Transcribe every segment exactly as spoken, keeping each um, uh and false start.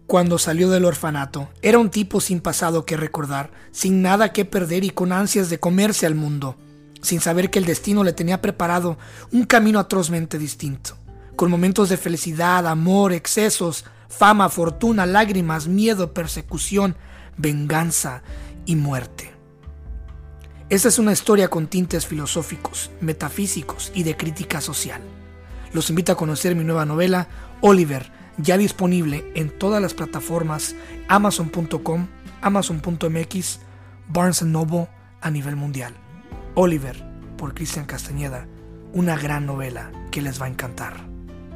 cuando salió del orfanato. Era un tipo sin pasado que recordar, sin nada que perder y con ansias de comerse al mundo, sin saber que el destino le tenía preparado un camino atrozmente distinto, con momentos de felicidad, amor, excesos, fama, fortuna, lágrimas, miedo, persecución, venganza y muerte. Esta es una historia con tintes filosóficos, metafísicos y de crítica social. Los invito a conocer mi nueva novela, Oliver, ya disponible en todas las plataformas amazon punto com, amazon punto m x, Barnes and Noble a nivel mundial. Oliver, por Cristian Castañeda, una gran novela que les va a encantar.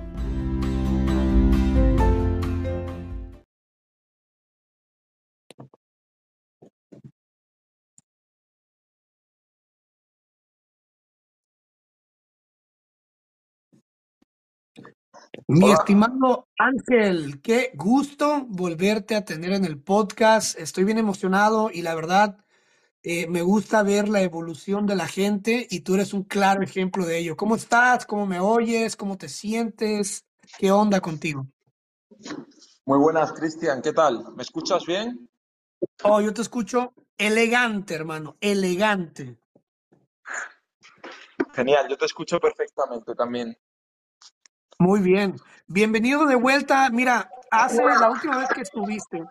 Mi Hola, estimado Ángel, qué gusto volverte a tener en el podcast. Estoy bien emocionado y la verdad eh, me gusta ver la evolución de la gente y tú eres un claro ejemplo de ello. ¿Cómo estás? ¿Cómo me oyes? ¿Cómo te sientes? ¿Qué onda contigo? muy buenas, Cristian, ¿qué tal? ¿Me escuchas bien? Oh, yo te escucho elegante, hermano, elegante. Genial, yo te escucho perfectamente también. Muy bien. Bienvenido de vuelta. Mira, hace la última vez que estuviste,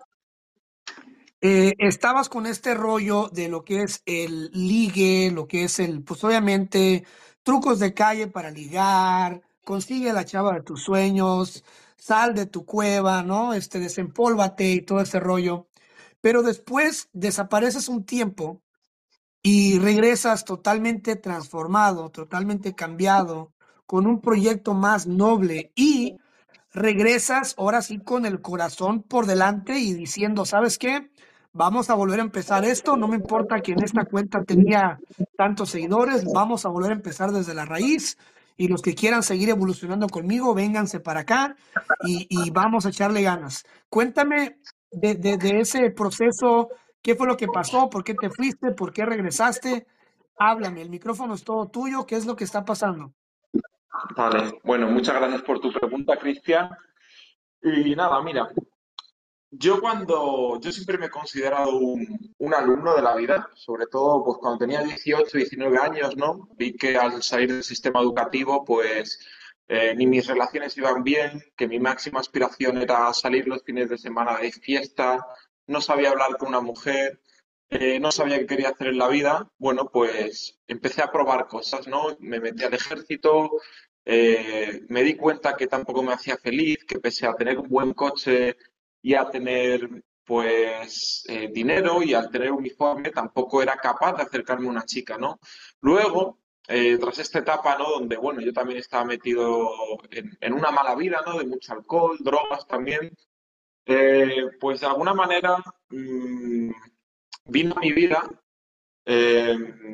eh, estabas con este rollo de lo que es el ligue, lo que es el, pues obviamente, trucos de calle para ligar, consigue la chava de tus sueños, sal de tu cueva, ¿no? Este, desempólvate y todo ese rollo. Pero después desapareces un tiempo y regresas totalmente transformado, totalmente cambiado, con un proyecto más noble y regresas ahora sí con el corazón por delante y diciendo, ¿sabes qué? Vamos a volver a empezar esto, no me importa que en esta cuenta tenía tantos seguidores, vamos a volver a empezar desde la raíz y los que quieran seguir evolucionando conmigo, vénganse para acá y, y vamos a echarle ganas. Cuéntame de, de, de ese proceso, qué fue lo que pasó, por qué te fuiste, por qué regresaste. Háblame, el micrófono es todo tuyo, ¿qué es lo que está pasando? Vale, bueno, muchas gracias por tu pregunta, Cristian. Y nada, mira, yo cuando, yo siempre me he considerado un, un alumno de la vida, sobre todo pues cuando tenía dieciocho, diecinueve años, ¿no? Vi que al salir del sistema educativo, pues eh, ni mis relaciones iban bien, que mi máxima aspiración era salir los fines de semana de fiesta, no sabía hablar con una mujer, eh, no sabía qué quería hacer en la vida. Bueno, pues empecé a probar cosas, ¿no? Me metí al ejército, eh, me di cuenta que tampoco me hacía feliz, que pese a tener un buen coche y a tener pues eh, dinero y al tener uniforme tampoco era capaz de acercarme a una chica, ¿no? Luego, eh, tras esta etapa, ¿no? Donde, bueno, yo también estaba metido en, en una mala vida, ¿no? De mucho alcohol, drogas también, eh, pues de alguna manera mmm, vino a mi vida, eh,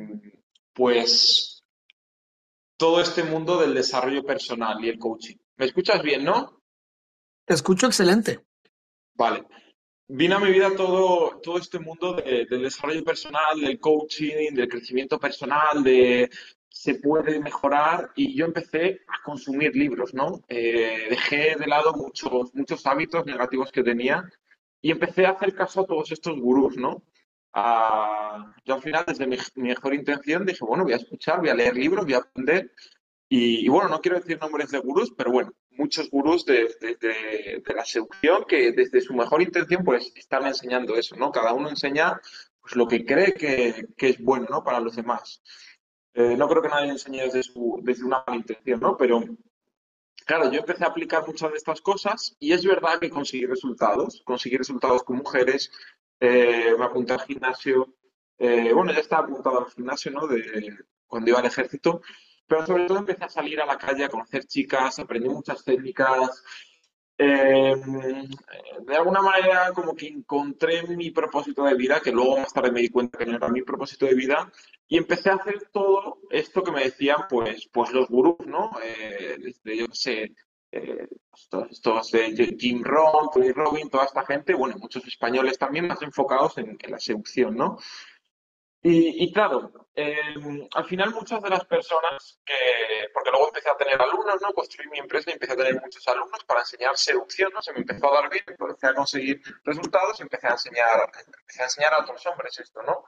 pues todo este mundo del desarrollo personal y el coaching. ¿Me escuchas bien, no? Te escucho excelente. Vale. Vino a mi vida todo, todo este mundo de- del desarrollo personal, del coaching, del crecimiento personal, de se puede mejorar y yo empecé a consumir libros, ¿no? Eh, dejé de lado muchos, muchos hábitos negativos que tenía y empecé a hacer caso a todos estos gurús, ¿no? Ah, yo al final, desde mi, mi mejor intención, dije, bueno, voy a escuchar, voy a leer libros, voy a aprender y, y bueno, no quiero decir nombres de gurús, pero bueno, muchos gurús de, de- de- de la seducción que desde su mejor intención pues están enseñando eso, ¿no? Cada uno enseña pues lo que cree que, que es bueno, ¿no? Para los demás. Eh, no creo que nadie enseñe desde, su, desde una mala intención, ¿no? Pero claro, yo empecé a aplicar muchas de estas cosas y es verdad que conseguí resultados, conseguí resultados con mujeres, eh, me apunté al gimnasio, eh, bueno, ya estaba apuntado al gimnasio, ¿no? De, cuando iba al ejército, pero sobre todo empecé a salir a la calle a conocer chicas, aprendí muchas técnicas, eh, de alguna manera como que encontré mi propósito de vida, que luego más tarde me di cuenta que no era mi propósito de vida, y empecé a hacer todo esto que me decían pues, pues los gurús, ¿no? Eh, desde, yo qué sé, eh, estos, estos de Jim Rohn, Tony Robbins, toda esta gente, bueno, muchos españoles también más enfocados en, en la seducción, ¿no? Y, y claro, eh, al final muchas de las personas que, porque luego empecé a tener alumnos, ¿no? Construí mi empresa y empecé a tener muchos alumnos para enseñar seducción, ¿no? Se me empezó a dar bien, empecé a conseguir resultados y empecé a enseñar, empecé a enseñar a otros hombres esto, ¿no?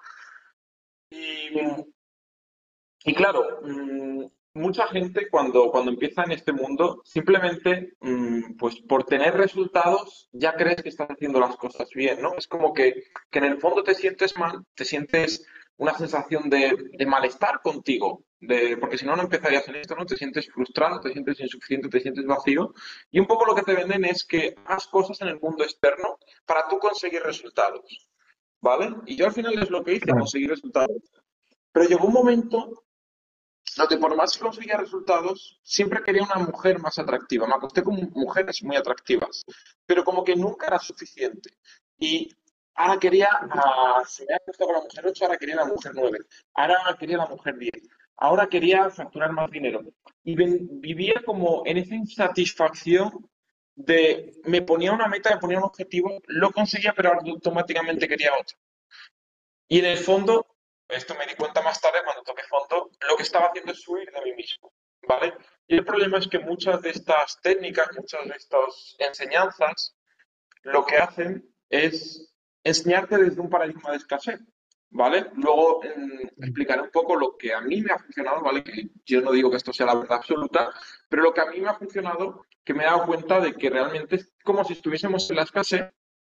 Y, y claro, mmm, mucha gente cuando, cuando empieza en este mundo, simplemente, mmm, pues por tener resultados, ya crees que estás haciendo las cosas bien, ¿no? Es como que, que en el fondo te sientes mal, te sientes una sensación de, de malestar contigo, de, porque si no, no empezarías en esto, ¿no? Te sientes frustrado, te sientes insuficiente, te sientes vacío. Y un poco lo que te venden es que haz cosas en el mundo externo para tú conseguir resultados, ¿vale? Y yo al final es lo que hice, Claro. conseguir resultados. Pero llegó un momento donde por más que conseguía resultados, siempre quería una mujer más atractiva. Me acosté con mujeres muy atractivas, pero como que nunca era suficiente. Y ahora quería, uh, si me había acostado con la mujer ocho, ahora quería la mujer nueve. Ahora quería la mujer diez. Ahora quería facturar más dinero. Y ven- vivía como en esa insatisfacción de me ponía una meta, me ponía un objetivo, lo conseguía, pero automáticamente quería otro. Y en el fondo, esto me di cuenta más tarde cuando toqué fondo, lo que estaba haciendo es huir de mí mismo, ¿vale? Y el problema es que muchas de estas técnicas, muchas de estas enseñanzas, lo que hacen es enseñarte desde un paradigma de escasez, ¿vale? Luego eh, explicaré un poco lo que a mí me ha funcionado, ¿vale? Que yo no digo que esto sea la verdad absoluta, pero lo que a mí me ha funcionado, que me he dado cuenta de que realmente es como si estuviésemos en la escasez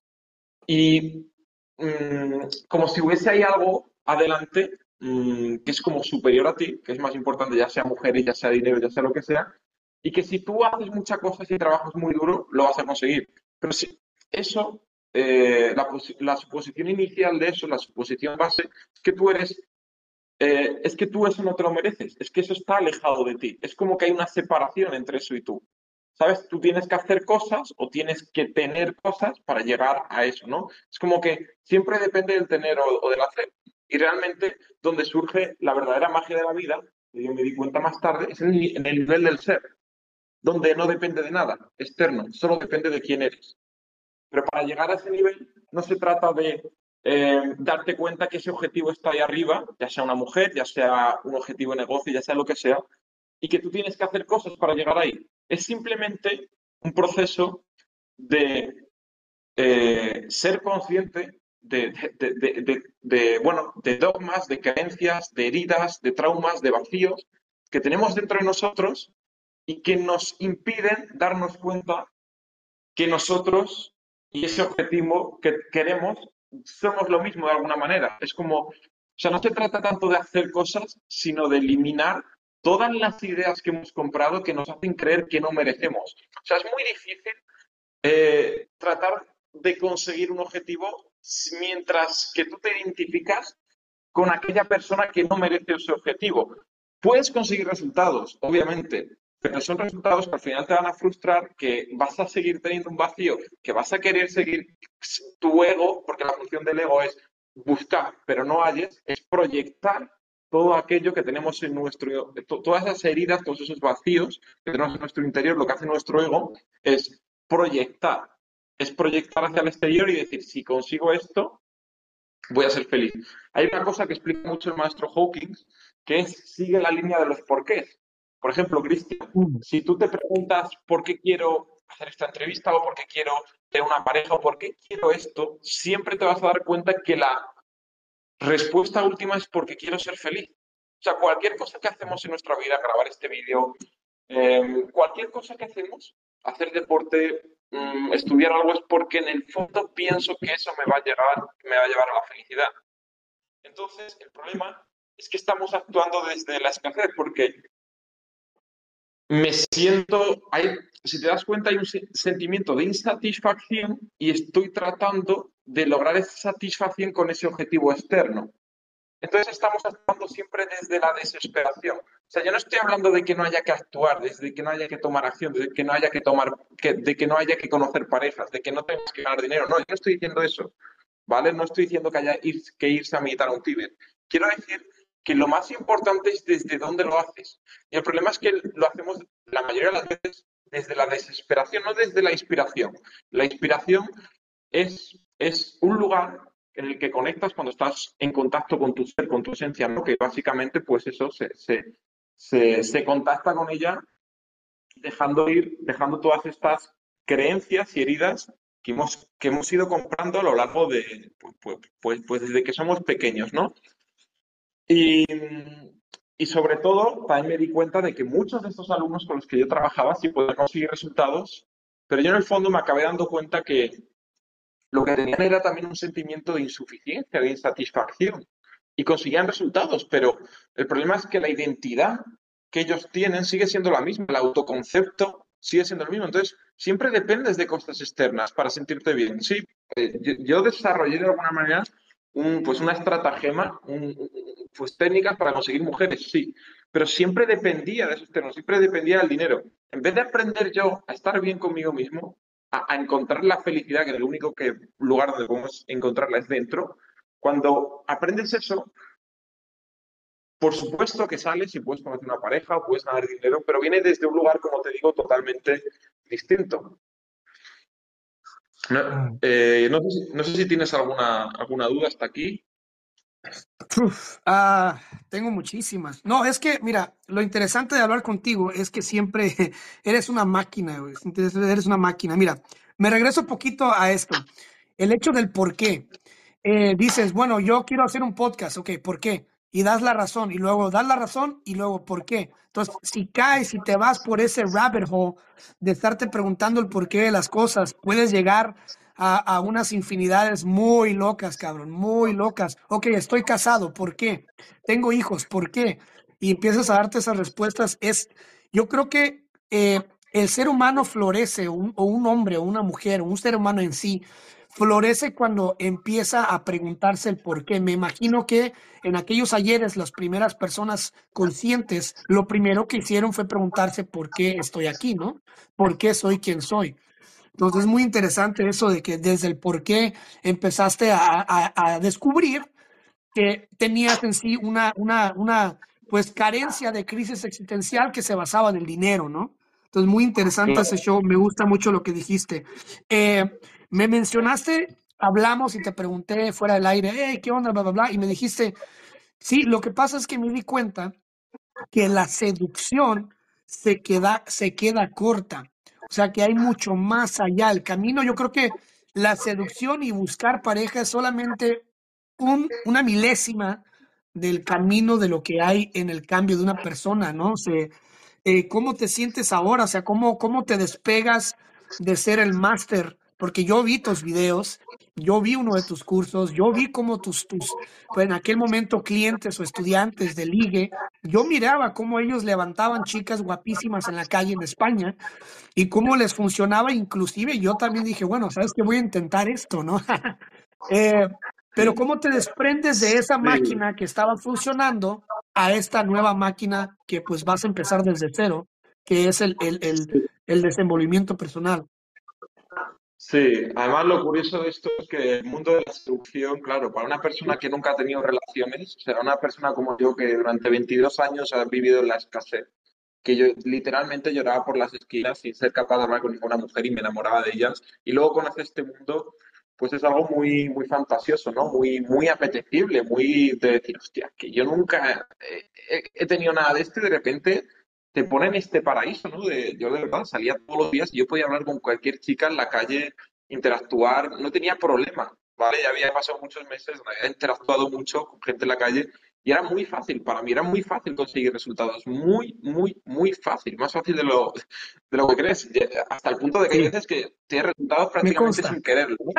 y mm, como si hubiese ahí algo adelante mm, que es como superior a ti, que es más importante, ya sea mujeres, ya sea dinero, ya sea lo que sea, y que si tú haces muchas cosas y trabajas muy duro, lo vas a conseguir. Pero si eso, eh, la, pos- la suposición inicial de eso, la suposición base, es que tú eres eh, es que tú eso no te lo mereces, es que eso está alejado de ti. Es como que hay una separación entre eso y tú. ¿Sabes? Tú tienes que hacer cosas o tienes que tener cosas para llegar a eso, ¿no? Es como que siempre depende del tener o, o del hacer. Y realmente donde surge la verdadera magia de la vida, que yo me di cuenta más tarde, es en el, en el nivel del ser, donde no depende de nada externo, solo depende de quién eres. Pero para llegar a ese nivel no se trata de eh, darte cuenta que ese objetivo está ahí arriba, ya sea una mujer, ya sea un objetivo de negocio, ya sea lo que sea, y que tú tienes que hacer cosas para llegar ahí. Es simplemente un proceso de eh, ser consciente de, de, de, de, de, bueno, de dogmas, de creencias, de heridas, de traumas, de vacíos que tenemos dentro de nosotros y que nos impiden darnos cuenta que nosotros y ese objetivo que queremos somos lo mismo de alguna manera. Es como, o sea, no se trata tanto de hacer cosas, sino de eliminar todas las ideas que hemos comprado que nos hacen creer que no merecemos. O sea, es muy difícil eh, tratar de conseguir un objetivo mientras que tú te identificas con aquella persona que no merece ese objetivo. Puedes conseguir resultados, obviamente, pero son resultados que al final te van a frustrar, que vas a seguir teniendo un vacío, que vas a querer seguir tu ego, porque la función del ego es buscar, pero no halles, es proyectar todo aquello que tenemos en nuestro, todas esas heridas, todos esos vacíos que tenemos en nuestro interior, lo que hace nuestro ego es proyectar, es proyectar hacia el exterior y decir, si consigo esto, voy a ser feliz. Hay una cosa que explica mucho el maestro Hawkins, que es sigue la línea de los porqués. Por ejemplo, Cristian, Mm. si tú te preguntas por qué quiero hacer esta entrevista o por qué quiero tener una pareja o por qué quiero esto, siempre te vas a dar cuenta que la respuesta última es porque quiero ser feliz. O sea, cualquier cosa que hacemos en nuestra vida, grabar este vídeo, eh, cualquier cosa que hacemos, hacer deporte, mm, estudiar algo, es porque en el fondo pienso que eso me va a llegar, me va a llevar a la felicidad. Entonces, el problema es que estamos actuando desde la escasez, porque me siento, hay, si te das cuenta, hay un se- sentimiento de insatisfacción y estoy tratando de lograr esa satisfacción con ese objetivo externo. Entonces estamos actuando siempre desde la desesperación. O sea, yo no estoy hablando de que no haya que actuar, de que no haya que tomar acción, de que no haya que tomar, que, de que no haya que conocer parejas, de que no tengas que ganar dinero. No, yo no estoy diciendo eso, ¿vale? No estoy diciendo que haya ir, que irse a meditar a un Tíbet. Quiero decir que lo más importante es desde dónde lo haces. Y el problema es que lo hacemos la mayoría de las veces desde la desesperación, no desde la inspiración. La inspiración es, es un lugar en el que conectas cuando estás en contacto con tu ser, con tu esencia, ¿no? Que básicamente, pues eso, se, se, se, se contacta con ella dejando ir, dejando todas estas creencias y heridas que hemos, que hemos ido comprando a lo largo de, pues, pues, pues, pues desde que somos pequeños, ¿no? Y, y sobre todo, también me di cuenta de que muchos de estos alumnos con los que yo trabajaba sí podían conseguir resultados, pero yo en el fondo me acabé dando cuenta que lo que tenían era también un sentimiento de insuficiencia, de insatisfacción, y conseguían resultados, pero el problema es que la identidad que ellos tienen sigue siendo la misma, el autoconcepto sigue siendo el mismo. Entonces, siempre dependes de cosas externas para sentirte bien. Sí, eh, yo, yo desarrollé de alguna manera un, pues una estratagema, un, un, pues técnicas para conseguir mujeres, sí, pero siempre dependía de esos externos, siempre dependía del dinero. En vez de aprender yo a estar bien conmigo mismo, a, a encontrar la felicidad, que el único que, lugar donde podemos encontrarla es dentro, cuando aprendes eso, por supuesto que sales y puedes conocer una pareja o puedes ganar dinero, pero viene desde un lugar, como te digo, totalmente distinto. No, Mm. eh, no sé si, no sé si tienes alguna, alguna duda hasta aquí. Uf, ah, tengo muchísimas. No, es que, mira, lo interesante de hablar contigo es que siempre eres una máquina, güey. Entonces, eres una máquina. Mira, me regreso un poquito a esto. El hecho del por qué. Eh, dices, bueno, yo quiero hacer un podcast, ok, ¿por qué? Y das la razón, y luego das la razón, y luego, ¿por qué? Entonces, si caes y te vas por ese rabbit hole de estarte preguntando el porqué de las cosas, puedes llegar a, a unas infinidades muy locas, cabrón, muy locas. Ok, estoy casado, ¿por qué? Tengo hijos, ¿por qué? Y empiezas a darte esas respuestas. Es, yo creo que eh, el ser humano florece, un- o un hombre, o una mujer, o un ser humano en sí, florece cuando empieza a preguntarse el por qué. Me imagino que en aquellos ayeres las primeras personas conscientes, lo primero que hicieron fue preguntarse por qué estoy aquí, ¿no? ¿Por qué soy quien soy? Entonces es muy interesante eso de que desde el por qué empezaste a, a- a descubrir que tenías en sí una, una, una pues carencia de crisis existencial que se basaba en el dinero, ¿no? Entonces, muy interesante ese Claro, show, me gusta mucho lo que dijiste. Eh, me mencionaste, hablamos y te pregunté fuera del aire, hey, ¿qué onda? Bla, bla, bla, y me dijiste, sí, lo que pasa es que me di cuenta que la seducción se queda, se queda corta. O sea, que hay mucho más allá. El camino, yo creo que la seducción y buscar pareja es solamente un, una milésima del camino de lo que hay en el cambio de una persona, ¿no? O sea, eh, ¿cómo te sientes ahora? O sea, ¿cómo, cómo te despegas de ser el máster? Porque yo vi tus videos, yo vi uno de tus cursos, yo vi cómo tus, tus, pues en aquel momento clientes o estudiantes de ligue, yo miraba cómo ellos levantaban chicas guapísimas en la calle en España y cómo les funcionaba. Inclusive yo también dije, bueno, sabes que voy a intentar esto, ¿no? Eh, pero ¿cómo te desprendes de esa sí. máquina que estaba funcionando a esta nueva máquina que pues vas a empezar desde cero, que es el, el, el, el desenvolvimiento personal? Sí, además lo curioso de esto es que el mundo de la seducción, claro, para una persona que nunca ha tenido relaciones, o sea, una persona como yo que durante veintidós años ha vivido en la escasez, que yo literalmente lloraba por las esquinas sin ser capaz de hablar con ninguna mujer y me enamoraba de ellas, y luego conoce este mundo, pues es algo muy, muy fantasioso, ¿no? Muy, muy apetecible, muy de decir, hostia, que yo nunca he, he- he tenido nada de esto y de repente te ponen este paraíso, ¿no? De, yo de verdad salía todos los días y yo podía hablar con cualquier chica en la calle, interactuar, no tenía problema, ¿vale? Ya había pasado muchos meses, había interactuado mucho con gente en la calle y era muy fácil, para mí era muy fácil conseguir resultados, muy, muy, muy fácil, más fácil de lo, de lo que crees, Ya- hasta el punto de que hay Sí, veces que tienes resultados me prácticamente consta, sin quererlo, ¿no?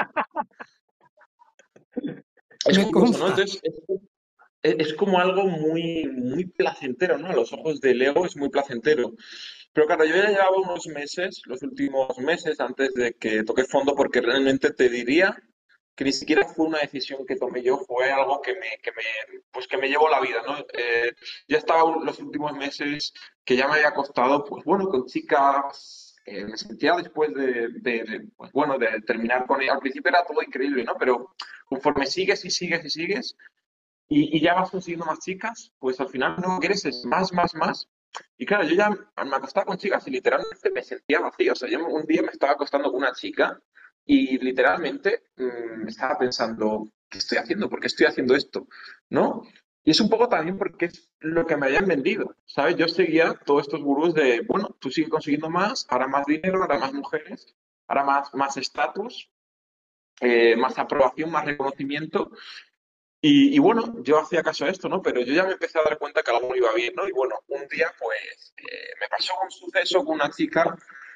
Es me curioso, ¿no? consta. Entonces, es, es como algo muy, muy placentero, ¿no? A los ojos del ego es muy placentero. Pero claro, yo ya llevaba unos meses, los últimos meses, antes de que toque fondo, porque realmente te diría que ni siquiera fue una decisión que tomé yo, fue algo que me, que me, pues que me llevó la vida, ¿no? Eh, ya estaba los últimos meses que ya me había costado, pues bueno, con chicas, eh, me sentía después de, de- de, pues bueno, de terminar con ella. Al principio era todo increíble, ¿no? Pero conforme sigues y sigues y sigues, y, y ya vas consiguiendo más chicas, pues al final no quieres es más, más, más. Y claro, yo ya me acostaba con chicas y literalmente me sentía vacío. O sea, yo un día me estaba acostando con una chica y literalmente mmm, estaba pensando, ¿qué estoy haciendo? ¿Por qué estoy haciendo esto? ¿No? Y es un poco también porque es lo que me habían vendido, ¿sabes? Yo seguía todos estos gurús de, bueno, tú sigues consiguiendo más, ahora más dinero, ahora más mujeres, ahora más más estatus, eh, más aprobación, más reconocimiento. Y, y, bueno, yo hacía caso a esto, ¿no? Pero yo ya me empecé a dar cuenta que algo no iba bien, ¿no? Y bueno, un día pues eh, me pasó un suceso con una chica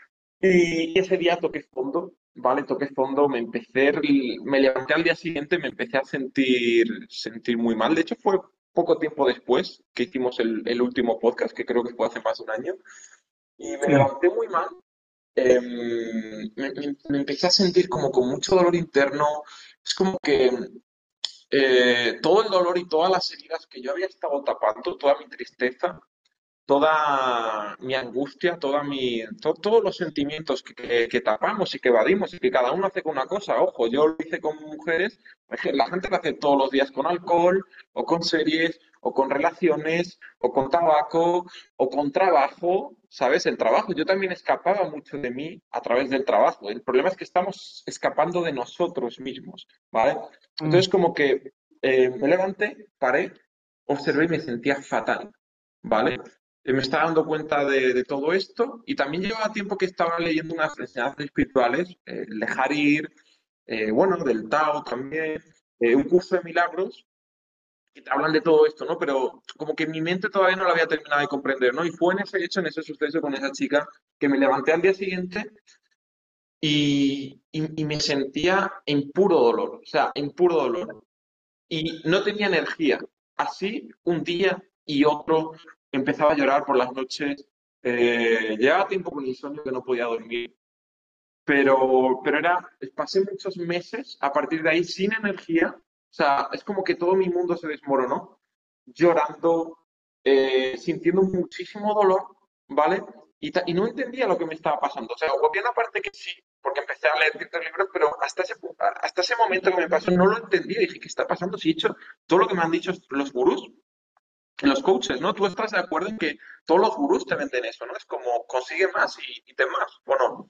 y ese día toqué fondo, ¿vale? Toqué fondo, me empecé, me levanté al día siguiente, me empecé a sentir, sentir muy mal. De hecho, fue poco tiempo después que hicimos el, el último podcast, que creo que fue hace más de un año, y me Sí, levanté muy mal. eh, me, me- me empecé a sentir como con mucho dolor interno. Es como que eh, todo el dolor y todas las heridas que yo había estado tapando, toda mi tristeza, toda mi angustia, toda mi, to- todos los sentimientos que, que- que tapamos y que evadimos y que cada uno hace con una cosa. Ojo, yo lo hice con mujeres, es que la gente lo hace todos los días con alcohol, o con series, o con relaciones, o con tabaco, o con trabajo, ¿sabes? El trabajo. Yo también escapaba mucho de mí a través del trabajo. El problema es que estamos escapando de nosotros mismos, ¿vale? mm, Entonces, como que eh, me levanté, paré, observé y me sentía fatal. ¿Vale? Eh, me estaba dando cuenta de, de todo esto y también llevaba tiempo que estaba leyendo unas enseñanzas espirituales, eh, el dejar ir, eh, bueno, del Tao también, eh, un curso de milagros que te hablan de todo esto, ¿no? Pero como que mi mente todavía no lo había terminado de comprender, ¿no? Y fue en ese hecho, en ese suceso con esa chica, que me levanté al día siguiente y, y, y me sentía en puro dolor, o sea, en puro dolor y no tenía energía. Así, un día y otro, empezaba a llorar por las noches. Eh, llevaba tiempo con insomnio que no podía dormir, pero, pero era, pasé muchos meses a partir de ahí sin energía. O sea, es como que todo mi mundo se desmoronó, llorando, eh, sintiendo muchísimo dolor, ¿vale? Y, ta- y no entendía lo que me estaba pasando. O sea, había una parte que sí, porque empecé a leer ciertos libros, pero hasta ese, pu- hasta ese momento que me pasó no lo entendía. Dije, ¿qué está pasando? Si he hecho todo lo que me han dicho los gurús, los coaches, ¿no? Tú estás de acuerdo en que todos los gurús te venden eso, ¿no? Es como consigue más y, y ten más, ¿o no?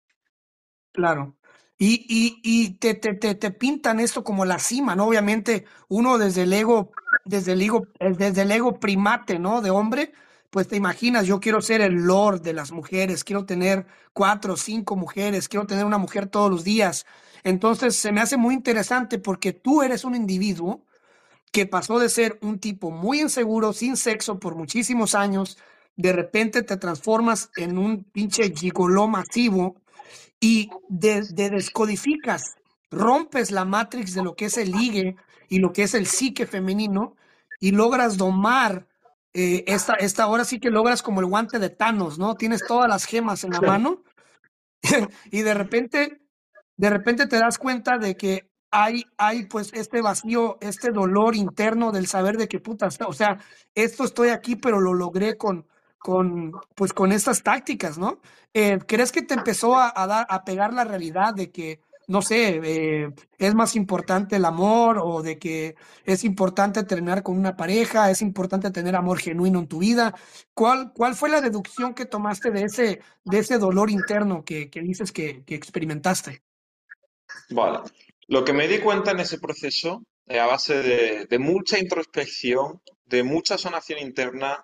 claro. Y, y, y te, te, te, te pintan esto como la cima, ¿no? Obviamente, uno desde el ego, desde el ego, eh, desde el ego primate, ¿no? De hombre, pues te imaginas, yo quiero ser el lord de las mujeres, quiero tener cuatro o cinco mujeres, quiero tener una mujer todos los días. Entonces, se me hace muy interesante porque tú eres un individuo que pasó de ser un tipo muy inseguro, sin sexo por muchísimos años, de repente te transformas en un pinche gigoló masivo y de, de descodificas, rompes la matrix de lo que es el ligue y lo que es el psique femenino y logras domar eh, esta, esta, ahora sí que logras como el guante de Thanos, ¿no? Tienes todas las gemas en la mano y de repente, de repente te das cuenta de que hay, hay pues este vacío, este dolor interno del saber de que puta, o sea, esto estoy aquí, pero lo logré con, con, pues con estas tácticas, ¿no? Eh, ¿crees que te empezó a, a dar, a pegar la realidad de que, no sé, eh, es más importante el amor o de que es importante terminar con una pareja, es importante tener amor genuino en tu vida? ¿Cuál, cuál fue la deducción que tomaste de ese, de ese dolor interno que, que dices que, que experimentaste? Vale. Lo que me di cuenta en ese proceso, eh, a base de, de mucha introspección, de mucha sanación interna,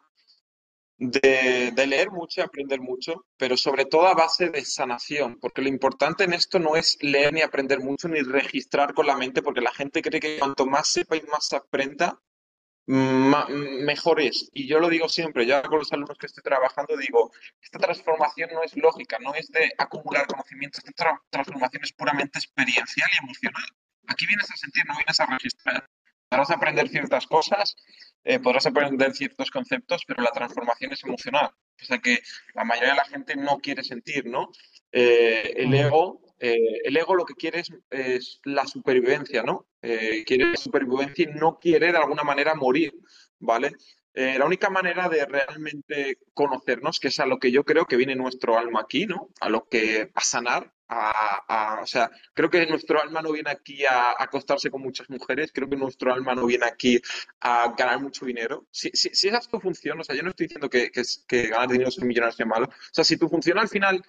de, de leer mucho y aprender mucho, pero sobre todo a base de sanación, porque lo importante en esto no es leer ni aprender mucho ni registrar con la mente, porque la gente cree que cuanto más sepa y más aprenda, ma- mejor es. Y yo lo digo siempre, ya con los alumnos que estoy trabajando, digo, esta transformación no es lógica, no es de acumular conocimientos, esta tra- transformación es puramente experiencial y emocional. Aquí vienes a sentir, no vienes a registrar. Podrás aprender ciertas cosas, eh, podrás aprender ciertos conceptos, pero la transformación es emocional. O sea que la mayoría de la gente no quiere sentir, ¿no? Eh, el Ujú. ego, eh, el ego lo que quiere es, es la supervivencia, ¿no? Eh, quiere la supervivencia y no quiere de alguna manera morir, ¿vale? Eh, la única manera de realmente conocernos, que es a lo que yo creo que viene nuestro alma aquí, ¿no? A lo que a sanar, a, a- o sea, creo que nuestro alma no viene aquí a, a acostarse con muchas mujeres, creo que nuestro alma no viene aquí a ganar mucho dinero. Si, si, si esa es tu función, o sea, yo no estoy diciendo que, que, que ganar dinero ser millonario sea malo, o sea, si tu función al final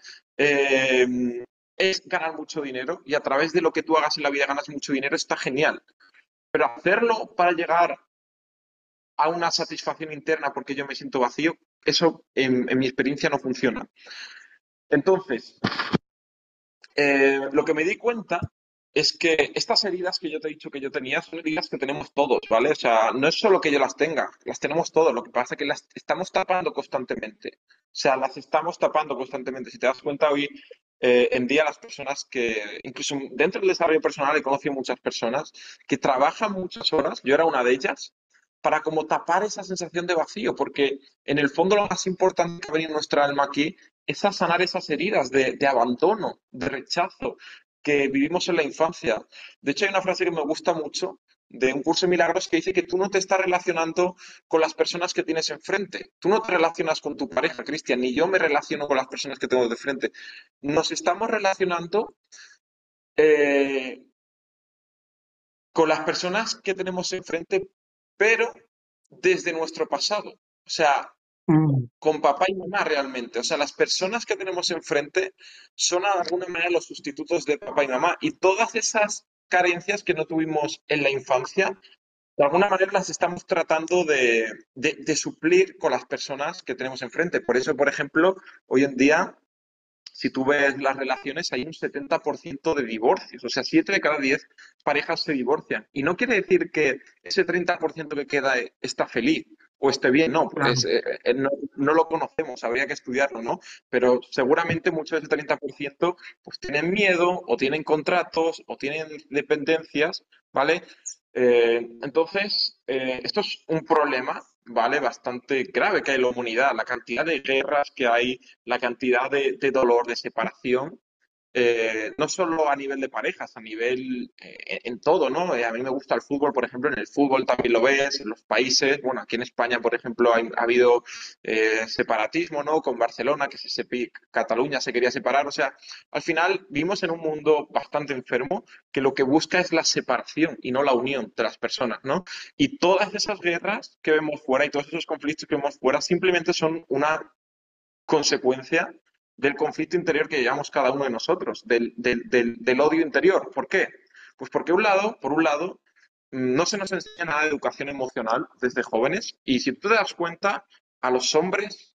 eh, es ganar mucho dinero y a través de lo que tú hagas en la vida ganas mucho dinero, está genial. Pero hacerlo para llegar a una satisfacción interna porque yo me siento vacío, eso en, en mi experiencia no funciona. Entonces, eh, lo que me di cuenta es que estas heridas que yo te he dicho que yo tenía son heridas que tenemos todos, ¿vale? O sea, no es solo que yo las tenga, las tenemos todos. Lo que pasa es que las estamos tapando constantemente. O sea, las estamos tapando constantemente. Si te das cuenta, hoy eh, en día las personas que, incluso dentro del desarrollo personal, he conocido muchas personas que trabajan muchas horas, yo era una de ellas, para como tapar esa sensación de vacío, porque en el fondo lo más importante que ha venido nuestra alma aquí es a sanar esas heridas de, de abandono, de rechazo que vivimos en la infancia. De hecho, hay una frase que me gusta mucho de un curso de milagros que dice que tú no te estás relacionando con las personas que tienes enfrente. Tú no te relacionas con tu pareja, Cristian, ni yo me relaciono con las personas que tengo de frente. Nos estamos relacionando eh, con las personas que tenemos enfrente, pero desde nuestro pasado. O sea, Mm, con papá y mamá realmente. O sea, las personas que tenemos enfrente son de alguna manera los sustitutos de papá y mamá. Y todas esas carencias que no tuvimos en la infancia, de alguna manera las estamos tratando de, de, de suplir con las personas que tenemos enfrente. Por eso, por ejemplo, hoy en día si tú ves las relaciones, hay un setenta por ciento de divorcios. O sea, siete de cada diez parejas se divorcian. Y no quiere decir que ese treinta por ciento que queda eh, está feliz o esté bien, no, claro. es, eh, eh, no, no lo conocemos, habría que estudiarlo, ¿no? Pero seguramente muchos de ese treinta por ciento pues tienen miedo o tienen contratos o tienen dependencias, ¿vale? Eh, entonces, eh, esto es un problema, ¿vale? Bastante grave que hay en la humanidad, la cantidad de guerras que hay, la cantidad de, de dolor, de separación, eh, no solo a nivel de parejas, a nivel eh, en todo, ¿no? Eh, a mí me gusta el fútbol, por ejemplo, en el fútbol también lo ves, en los países, bueno, aquí en España, por ejemplo, hay- ha habido eh, separatismo, ¿no? Con Barcelona, que se, sepi- Cataluña se quería separar, o sea, al final vivimos en un mundo bastante enfermo que lo que busca es la separación y no la unión de las personas, ¿no? Y todas esas guerras que vemos fuera y todos esos conflictos que vemos fuera simplemente son una consecuencia del conflicto interior que llevamos cada uno de nosotros, del, del, del, del odio interior. ¿Por qué? Pues porque un lado, por un lado, no se nos enseña nada de educación emocional desde jóvenes y si tú te das cuenta, a los hombres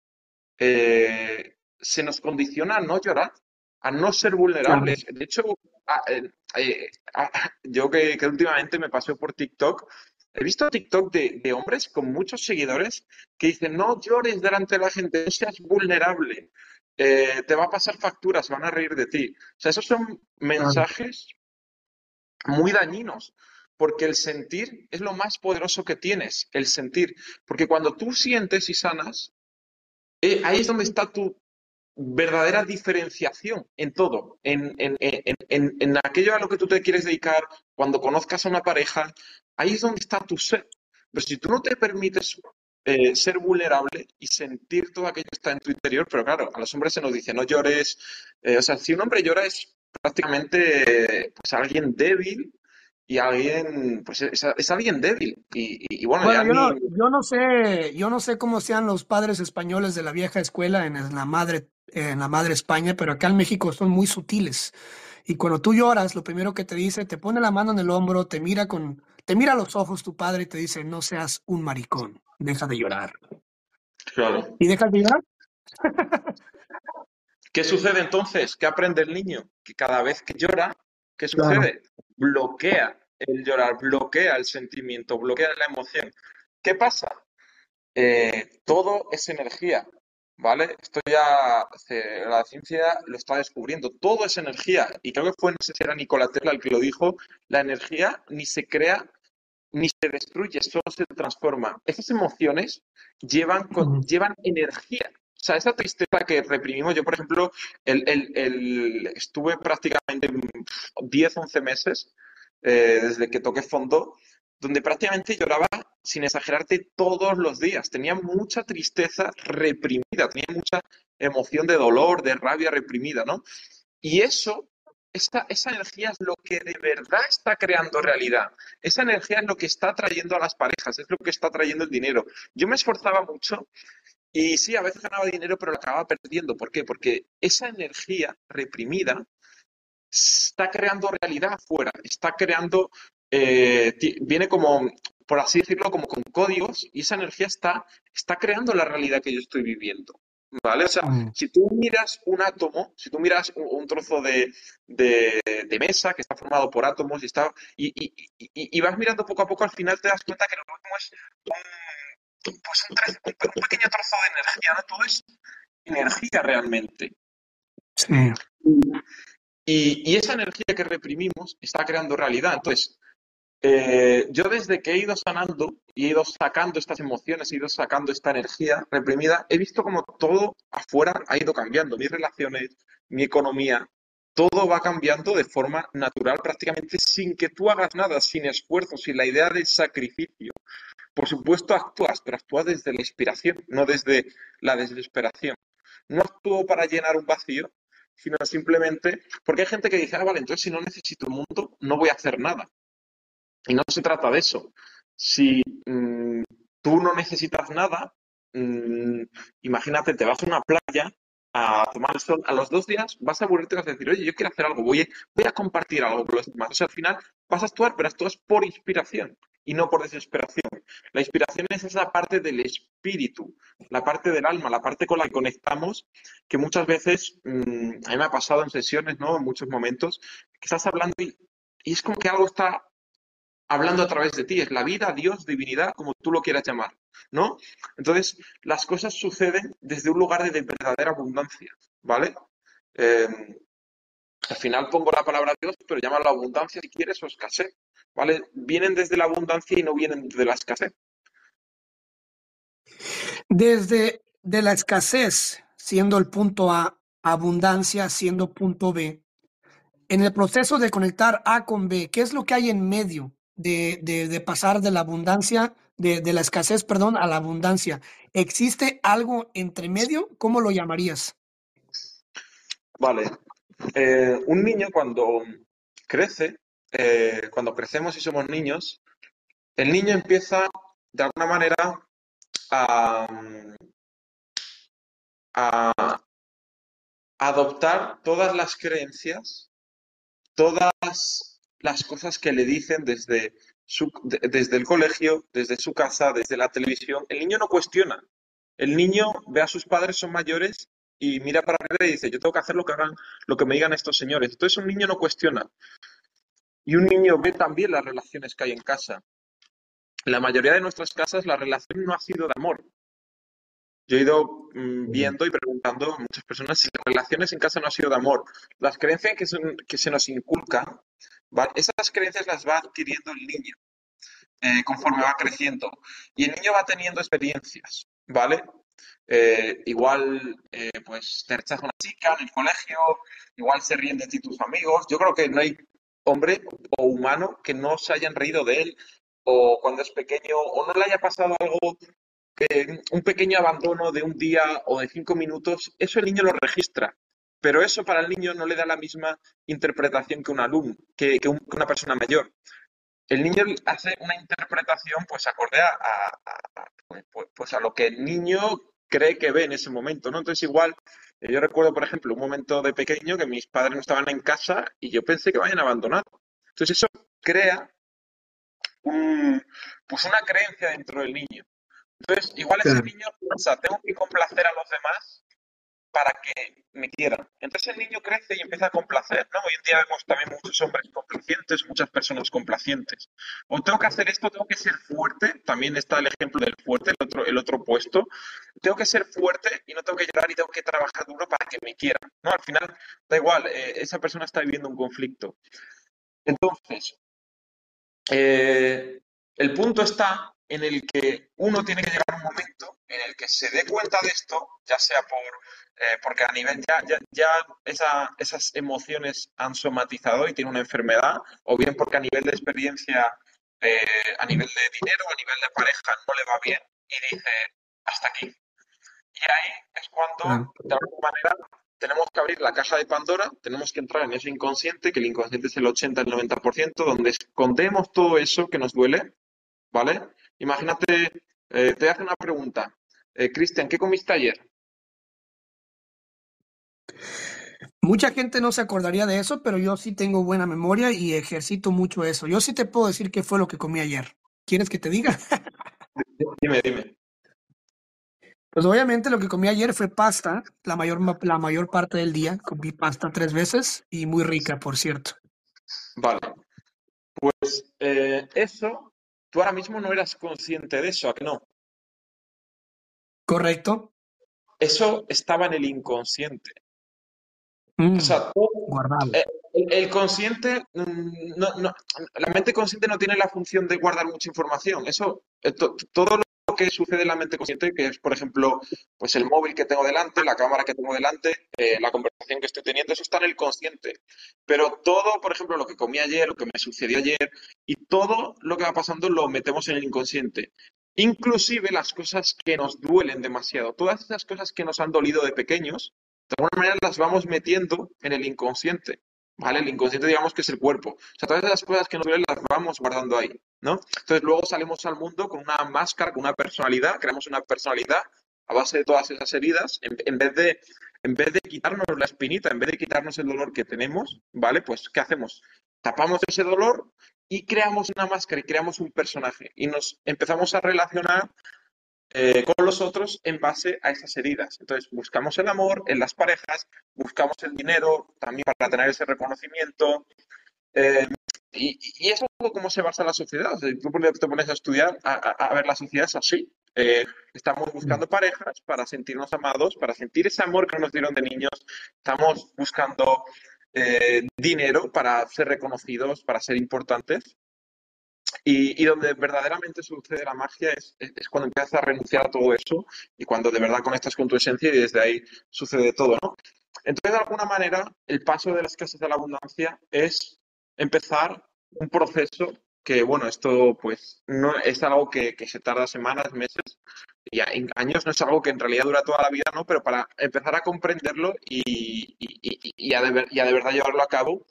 eh, se nos condiciona a no llorar, a no ser Claro. vulnerables. De hecho, a, eh, eh, a, yo que, que, últimamente me paseo por TikTok, he visto TikTok de, de, hombres con muchos seguidores que dicen, no llores delante de la gente, no seas vulnerable, eh, te va a pasar facturas, van a reír de ti. O sea, esos son Claro. mensajes muy dañinos, porque el sentir es lo más poderoso que tienes, el sentir. Porque cuando tú sientes y sanas, eh, ahí es donde está tu verdadera diferenciación en todo, en, en, en, en, en aquello a lo que tú te quieres dedicar, cuando conozcas a una pareja, ahí es donde está tu ser. Pero si tú no te permites eh, ser vulnerable y sentir todo aquello que está en tu interior, pero claro, a los hombres se nos dice, no llores, eh, o sea, si un hombre llora es prácticamente eh, pues alguien débil y alguien, pues es, es alguien débil. Y, y, y bueno, Bueno, ya yo ni, no, yo no sé, yo no sé cómo sean los padres españoles de la vieja escuela en, en la madre, en la madre España, pero acá en México son muy sutiles. Y cuando tú lloras, lo primero que te dice, te pone la mano en el hombro, te mira con, te mira a los ojos tu padre y te dice, no seas un maricón, deja de llorar. claro. ¿Y dejas de llorar? ¿Qué sucede entonces? ¿Qué aprende el niño? Que cada vez que llora, ¿qué Claro. sucede? Bloquea el llorar, bloquea el sentimiento, bloquea la emoción. ¿Qué pasa? Eh, todo es energía, ¿vale? Esto ya se- la ciencia lo está descubriendo. Todo es energía. Y creo que fue, no sé si era Nikola Tesla el que lo dijo, la energía ni se crea ni se destruye, solo se transforma. Esas emociones llevan, con- Ujú. llevan energía. O sea, esa tristeza que reprimimos, yo por ejemplo, el, el- el- estuve prácticamente diez once meses eh, desde que toqué fondo, donde prácticamente lloraba, sin exagerarte, todos los días. Tenía mucha tristeza reprimida, tenía mucha emoción de dolor, de rabia reprimida, ¿no? Y eso, esa, esa energía es lo que de verdad está creando realidad. Esa energía es lo que está trayendo a las parejas, es lo que está trayendo el dinero. Yo me esforzaba mucho y sí, a veces ganaba dinero, pero lo acababa perdiendo. ¿Por qué? Porque esa energía reprimida está creando realidad afuera, está creando eh, ti- viene como, por así decirlo, como con códigos y esa energía está, está creando la realidad que yo estoy viviendo. ¿Vale? O sea, Mm, si tú miras un átomo, si tú miras un, un trozo de, de- de mesa que está formado por átomos y, está, y, y- y- y vas mirando poco a poco, al final te das cuenta que lo último es un, pues un, tre- un pe- un pequeño trozo de energía, ¿no? Todo es energía realmente. sí. Y, y esa energía que reprimimos está creando realidad. Entonces, Eh, yo desde que he ido sanando y he ido sacando estas emociones, he ido sacando esta energía reprimida, he visto como todo afuera ha ido cambiando. Mis relaciones, mi economía, todo va cambiando de forma natural, prácticamente sin que tú hagas nada, sin esfuerzo, sin la idea de sacrificio. Por supuesto actúas, pero actúas desde la inspiración, no desde la desesperación. No actúo para llenar un vacío, sino simplemente porque hay gente que dice, ah, vale, entonces si no necesito un mundo, no voy a hacer nada. Y no se trata de eso. Si mm, tú no necesitas nada, mm, imagínate, te vas a una playa a tomar el sol, a los dos días vas a aburrirte y vas a decir, oye, yo quiero hacer algo, voy a, voy a compartir algo con los demás. O sea, al final vas a actuar, pero actúas por inspiración y no por desesperación. La inspiración es esa parte del espíritu, la parte del alma, la parte con la que conectamos, que muchas veces, mm, a mí me ha pasado en sesiones, ¿no? En muchos momentos, que estás hablando y, y es como que algo está hablando a través de ti. Es la vida, Dios, divinidad, como tú lo quieras llamar, ¿no? Entonces, las cosas suceden desde un lugar de verdadera abundancia, ¿vale? Eh, Al final pongo la palabra Dios, pero llámalo abundancia si quieres o escasez, ¿vale? Vienen desde la abundancia y no vienen de la escasez. Desde de la escasez, siendo el punto A, abundancia siendo punto B, en el proceso de conectar A con B, ¿qué es lo que hay en medio de, de- de pasar de la abundancia, de, de la escasez, perdón, a la abundancia? ¿Existe algo entre medio? ¿Cómo lo llamarías? Vale. Eh, un niño cuando crece, eh, cuando crecemos y somos niños, el niño empieza de alguna manera a, a adoptar todas las creencias, todas las cosas que le dicen desde, su, de, desde el colegio, desde su casa, desde la televisión. El niño no cuestiona. El niño ve a sus padres, son mayores, y mira para arriba y dice, yo tengo que hacer lo que hagan, lo que me digan estos señores. Entonces un niño no cuestiona. Y un niño ve también las relaciones que hay en casa. En la mayoría de nuestras casas la relación no ha sido de amor. Yo he ido mm, viendo y preguntando a muchas personas si las relaciones en casa no han sido de amor. Las creencias que, son- que se nos inculcan, ¿vale? Esas creencias las va adquiriendo el niño eh, conforme va creciendo. Y el niño va teniendo experiencias, ¿vale? Eh, igual, eh, pues te rechaza una chica en el colegio, igual se ríen de ti tus amigos. Yo creo que no hay hombre o humano que no se hayan reído de él o cuando es pequeño o no le haya pasado algo que un pequeño abandono de un día o de cinco minutos, eso el niño lo registra. Pero eso para el niño no le da la misma interpretación que un alumno, que, que un- que una persona mayor. El niño hace una interpretación pues acorde a, a- a- pues, pues- pues, a lo que el niño cree que ve en ese momento, ¿no? Entonces igual, eh, yo recuerdo, por ejemplo, un momento de pequeño que mis padres no estaban en casa y yo pensé que me habían abandonado. Entonces eso crea un- pues una creencia dentro del niño. Entonces, igual ese Claro. niño piensa, tengo que complacer a los demás para que me quieran. Entonces el niño crece y empieza a complacer, ¿no? Hoy en día vemos también muchos hombres complacientes, muchas personas complacientes. O tengo que hacer esto, tengo que ser fuerte, también está el ejemplo del fuerte, el otro, el otro opuesto. Tengo que ser fuerte y no tengo que llorar y tengo que trabajar duro para que me quieran, ¿no? Al final, da igual, eh, esa persona está viviendo un conflicto. Entonces, eh, el punto está en el que uno tiene que llegar a un momento en el que se dé cuenta de esto, ya sea por eh, porque a nivel ya, ya, ya esa- esas emociones han somatizado y tiene una enfermedad, o bien porque a nivel de experiencia, eh, a nivel de dinero, a nivel de pareja no le va bien y dice hasta aquí. Y ahí es cuando, Claro. de alguna manera, tenemos que abrir la caja de Pandora, tenemos que entrar en ese inconsciente, que el inconsciente es el ochenta, el noventa por ciento, donde escondemos todo eso que nos duele, ¿vale? Imagínate, eh, te voy a hacer una pregunta. Eh, Cristian, ¿qué comiste ayer? Mucha gente no se acordaría de eso, pero yo sí tengo buena memoria y ejercito mucho eso. Yo sí te puedo decir qué fue lo que comí ayer. ¿Quieres que te diga? Dime, dime. Pues obviamente lo que comí ayer fue pasta, la mayor, ma- la mayor parte del día. Comí pasta tres veces y muy rica, por cierto. Vale. Pues eh, eso, tú ahora mismo no eras consciente de eso, ¿a que no? ¿Correcto? Eso estaba en el inconsciente. O Mm, sea, tú- guardado. eh, el, el consciente, mm, no, no- la mente consciente no tiene la función de guardar mucha información. Eso, eh, to- todo lo que sucede en la mente consciente, que es, por ejemplo, pues el móvil que tengo delante, la cámara que tengo delante, eh, la conversación que estoy teniendo, eso está en el consciente. Pero todo, por ejemplo, lo que comí ayer, lo que me sucedió ayer, y todo lo que va pasando lo metemos en el inconsciente. Inclusive las cosas que nos duelen demasiado, todas esas cosas que nos han dolido de pequeños de alguna manera las vamos metiendo en el inconsciente, ¿vale? El inconsciente digamos que es el cuerpo. O sea, todas esas cosas que nos duelen las vamos guardando ahí, ¿no? Entonces luego salimos al mundo con una máscara, con una personalidad, creamos una personalidad a base de todas esas heridas, en, en vez de, en vez de quitarnos la espinita, en vez de quitarnos el dolor que tenemos, ¿vale? Pues, ¿qué hacemos? Tapamos ese dolor y creamos una máscara y creamos un personaje y nos empezamos a relacionar eh, con los otros en base a esas heridas. Entonces, buscamos el amor en las parejas, buscamos el dinero también para tener ese reconocimiento. eh, y, y es un poco cómo se basa la sociedad. O sea, tú te pones a estudiar, a, a- a ver, la sociedad es así. Eh, estamos Mm. buscando parejas para sentirnos amados, para sentir ese amor que nos dieron de niños. Estamos buscando eh, dinero para ser reconocidos, para ser importantes. Y, y donde verdaderamente sucede la magia es, es, es cuando empiezas a renunciar a todo eso y cuando de verdad conectas con tu esencia y desde ahí sucede todo, ¿no? Entonces, de alguna manera, el paso de la escasez a la abundancia es empezar un proceso que, bueno, esto pues no es algo que, que se tarda semanas, meses y en años, no es algo que en realidad dura toda la vida, ¿no? Pero para empezar a comprenderlo y, y, y, y, a, de, y a de verdad llevarlo a cabo,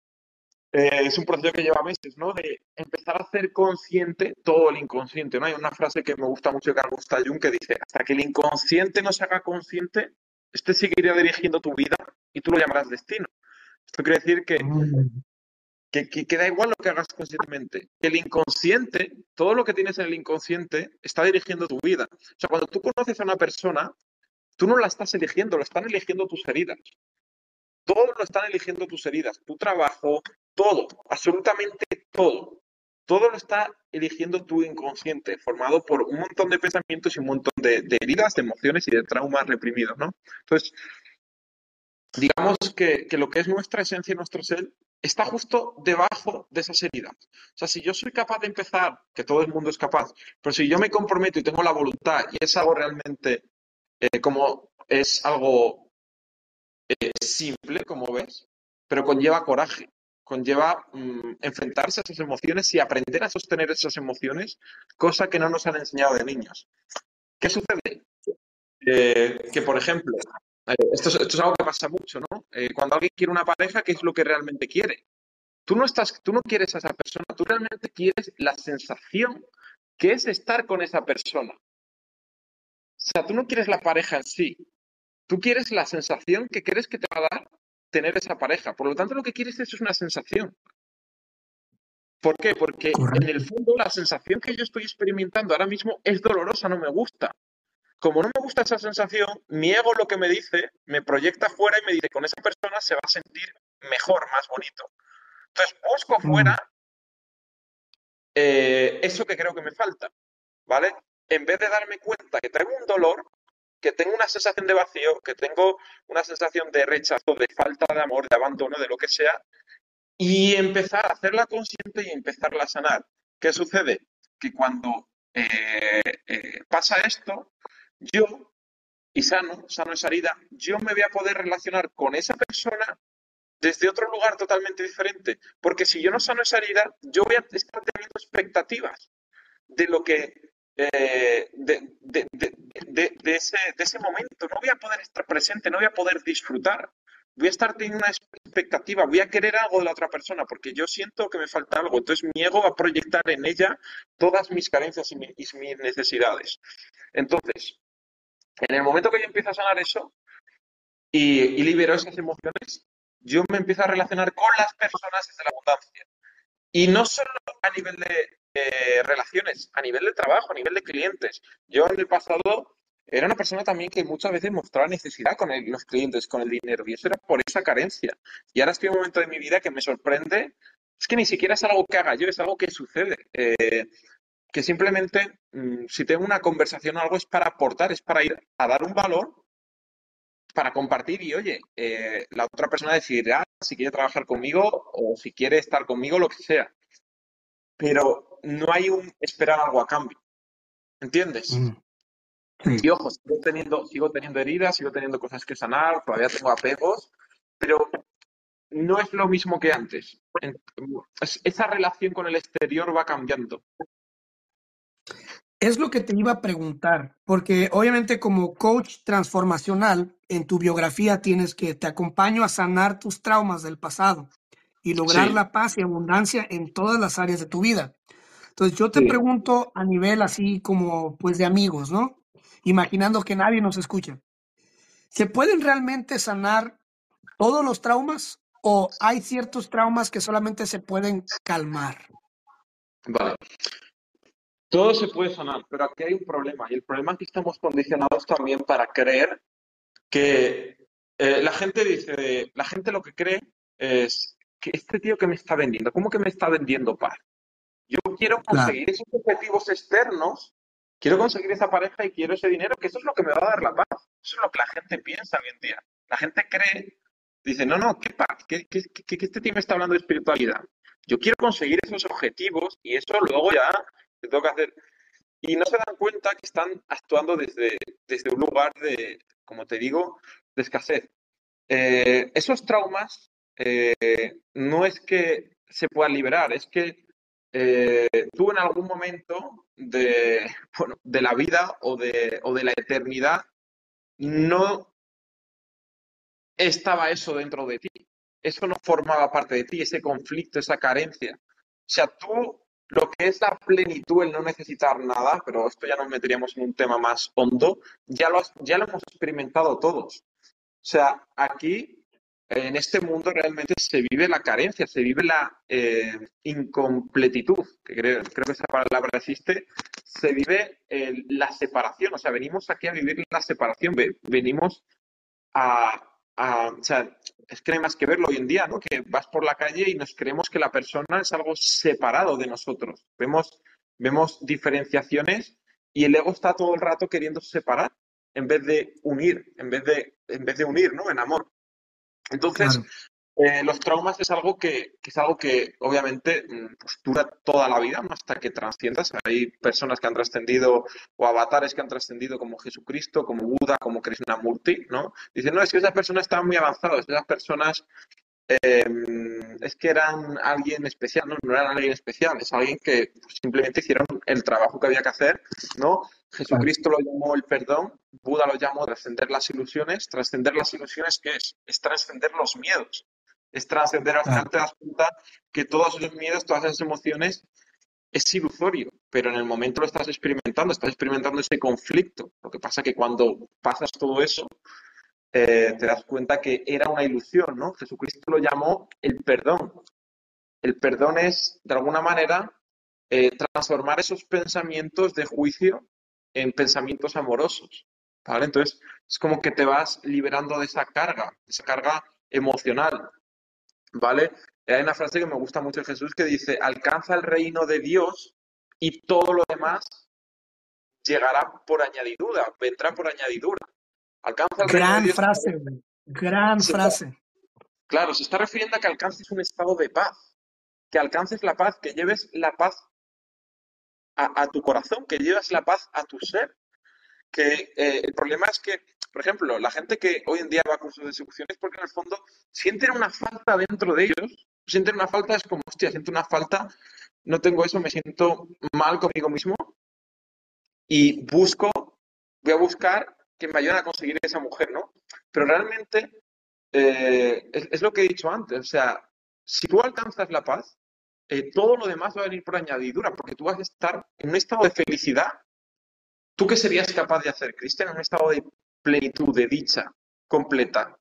eh, es un proceso que lleva meses, ¿no? De empezar a hacer consciente todo el inconsciente, ¿no? Hay una frase que me gusta mucho de Carl Gustav Jung que dice, hasta que el inconsciente no se haga consciente, este seguirá dirigiendo tu vida y tú lo llamarás destino. Esto quiere decir que, Mm, que, que, que da igual lo que hagas conscientemente. El inconsciente, todo lo que tienes en el inconsciente, está dirigiendo tu vida. O sea, cuando tú conoces a una persona, tú no la estás eligiendo, lo están eligiendo tus heridas. Todo lo están eligiendo tus heridas, tu trabajo, todo, absolutamente todo. Todo lo está eligiendo tu inconsciente, formado por un montón de pensamientos y un montón de, de heridas, de emociones y de traumas reprimidos, ¿no? Entonces, digamos que, que lo que es nuestra esencia y nuestro ser está justo debajo de esas heridas. O sea, si yo soy capaz de empezar, que todo el mundo es capaz, pero si yo me comprometo y tengo la voluntad y es algo realmente eh, como es algo simple, como ves, pero conlleva coraje, conlleva mm, enfrentarse a esas emociones y aprender a sostener esas emociones, cosa que no nos han enseñado de niños. ¿Qué sucede? Eh, que, por ejemplo, eh, esto, es, esto es algo que pasa mucho, ¿no? Eh, cuando alguien quiere una pareja, ¿qué es lo que realmente quiere? Tú no estás, tú no quieres a esa persona, tú realmente quieres la sensación que es estar con esa persona. O sea, tú no quieres la pareja en sí, tú quieres la sensación que crees que te va a dar tener esa pareja. Por lo tanto, lo que quieres es una sensación. ¿Por qué? Porque en el correcto. fondo la sensación que yo estoy experimentando ahora mismo es dolorosa, no me gusta. Como no me gusta esa sensación, mi ego lo que me dice, me proyecta fuera y me dice, con esa persona se va a sentir mejor, más bonito. Entonces busco fuera Mm, eh, eso que creo que me falta, ¿vale? En vez de darme cuenta que tengo un dolor, que tengo una sensación de vacío, que tengo una sensación de rechazo, de falta de amor, de abandono, de lo que sea, y empezar a hacerla consciente y empezarla a sanar. ¿Qué sucede? Que cuando eh, eh, pasa esto, yo, y sano, sano esa herida, yo me voy a poder relacionar con esa persona desde otro lugar totalmente diferente. Porque si yo no sano esa herida, yo voy a estar teniendo expectativas de lo que eh, de, de, de, de, de, ese, de ese momento. No voy a poder estar presente, no voy a poder disfrutar. Voy a estar teniendo una expectativa, voy a querer algo de la otra persona porque yo siento que me falta algo. Entonces mi ego va a proyectar en ella todas mis carencias y, mi, y mis necesidades. Entonces, en el momento que yo empiezo a sanar eso, y, y libero esas emociones, yo me empiezo a relacionar con las personas desde la abundancia. Y no solo a nivel de eh, relaciones, a nivel de trabajo, a nivel de clientes. Yo en el pasado era una persona también que muchas veces mostraba necesidad con el- los clientes, con el dinero, y eso era por esa carencia. Y ahora estoy en un momento de mi vida que me sorprende, es que ni siquiera es algo que haga yo, es algo que sucede. Eh, que simplemente, mm, si tengo una conversación o algo, es para aportar, es para ir a dar un valor, para compartir y, oye, eh, la otra persona decidirá si quiere trabajar conmigo o si quiere estar conmigo, lo que sea, pero no hay un esperar algo a cambio, ¿entiendes? Mm, sí. Y ojo, sigo teniendo, sigo teniendo heridas, sigo teniendo cosas que sanar, todavía tengo apegos, pero no es lo mismo que antes. En- es- esa relación con el exterior va cambiando. Es lo que te iba a preguntar, porque obviamente como coach transformacional, en tu biografía tienes que te acompaño a sanar tus traumas del pasado y lograr Sí, la paz y abundancia en todas las áreas de tu vida. Entonces yo te sí, pregunto a nivel así como pues de amigos, ¿no? Imaginando que nadie nos escucha. ¿Se pueden realmente sanar todos los traumas o hay ciertos traumas que solamente se pueden calmar? vale. Todo se puede sanar, pero aquí hay un problema, y el problema es que estamos condicionados también para creer que eh, la gente dice, la gente lo que cree es que este tío que me está vendiendo, ¿cómo que me está vendiendo paz? Yo quiero Claro, conseguir esos objetivos externos, quiero conseguir esa pareja y quiero ese dinero, que eso es lo que me va a dar la paz. Eso es lo que la gente piensa hoy en día. La gente cree, dice, no, no, ¿qué paz? ¿Qué, qué, qué, qué este tío me está hablando de espiritualidad? Yo quiero conseguir esos objetivos y eso luego ya te tengo que hacer. Y no se dan cuenta que están actuando desde, desde un lugar de, como te digo, de escasez. Eh, esos traumas eh, no es que se puedan liberar, es que eh, tú en algún momento de, bueno, de la vida o de, o de la eternidad no estaba eso dentro de ti. Eso no formaba parte de ti, ese conflicto, esa carencia. O sea, tú, lo que es la plenitud, el no necesitar nada, pero esto ya nos meteríamos en un tema más hondo, ya lo, has- ya lo hemos experimentado todos. O sea, aquí, en este mundo, realmente se vive la carencia, se vive la eh, incompletitud, que creo, creo que esa palabra existe, se vive eh, la separación. O sea, venimos aquí a vivir la separación, ve- venimos a, a- o sea, es que no hay más que verlo hoy en día, ¿no? Que vas por la calle y nos creemos que la persona es algo separado de nosotros. Vemos, vemos diferenciaciones y el ego está todo el rato queriendo separar en vez de unir, en vez de, en vez de unir, ¿no? En amor. Entonces, claro. eh, los traumas es algo que, que es algo que obviamente mm, pues, dura toda la vida, ¿no? Hasta que trasciendas. Hay personas que han trascendido o avatares que han trascendido como Jesucristo, como Buda, como Krishnamurti, ¿no? Dicen, no, es que esas personas estaban muy avanzadas, esas personas eh, es que eran alguien especial, ¿no? No eran alguien especial, es alguien que pues, simplemente hicieron el trabajo que había que hacer, ¿no? Claro. Jesucristo lo llamó el perdón, Buda lo llamó trascender las ilusiones. Trascender las ilusiones, ¿qué es? Es trascender los miedos. Es trascender, al final Claro. te das cuenta que todos esos miedos, todas esas emociones, es ilusorio, pero en el momento lo estás experimentando, estás experimentando ese conflicto. Lo que pasa es que cuando pasas todo eso, eh, te das cuenta que era una ilusión, ¿no? Jesucristo lo llamó el perdón. El perdón es, de alguna manera, eh, transformar esos pensamientos de juicio en pensamientos amorosos, ¿vale? Entonces, es como que te vas liberando de esa carga, esa carga emocional, ¿vale? Hay una frase que me gusta mucho de Jesús que dice, alcanza el reino de Dios y todo lo demás llegará por añadidura, vendrá por añadidura. Alcanza el reino de Gran Dios. frase, güey. Gran Se está, frase. claro, se está refiriendo a que alcances un estado de paz, que alcances la paz, que lleves la paz a, a tu corazón, que lleves la paz a tu ser. Que eh, el problema es que, por ejemplo, la gente que hoy en día va a cursos de seducción es porque en el fondo sienten una falta dentro de ellos, sienten una falta, es como, hostia, siento una falta, no tengo eso, me siento mal conmigo mismo y busco, voy a buscar que me ayuden a conseguir esa mujer, ¿no? Pero realmente eh, es, es, lo que he dicho antes, o sea, si tú alcanzas la paz, eh, todo lo demás va a venir por añadidura, porque tú vas a estar en un estado de felicidad. ¿Tú qué serías capaz de hacer, Cristian, en un estado de plenitud, de dicha? completa.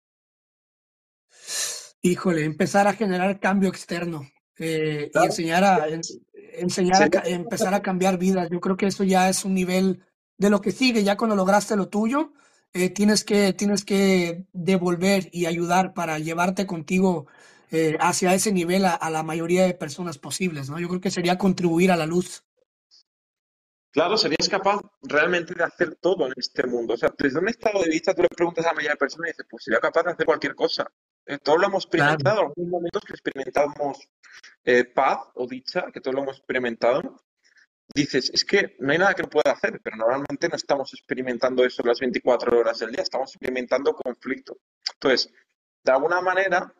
Híjole, empezar a generar cambio externo eh, y Claro. enseñar a en- enseñar a Sería ca- empezar a cambiar vidas. Yo creo que eso ya es un nivel de lo que sigue. Ya cuando lograste lo tuyo, eh, tienes que tienes que devolver y ayudar para llevarte contigo eh, hacia ese nivel a, a la mayoría de personas posibles, ¿no? Yo creo que sería contribuir a la luz. Claro, serías capaz realmente de hacer todo en este mundo. O sea, desde un estado de vista, tú le preguntas a la mayoría de personas y dices, pues sería capaz de hacer cualquier cosa. Eh, todos lo hemos Claro. experimentado, en algunos momentos que experimentamos eh, paz o dicha, que todos lo hemos experimentado. Dices, es que no hay nada que no pueda hacer, pero normalmente no estamos experimentando eso las veinticuatro horas del día, estamos experimentando conflicto. Entonces, de alguna manera,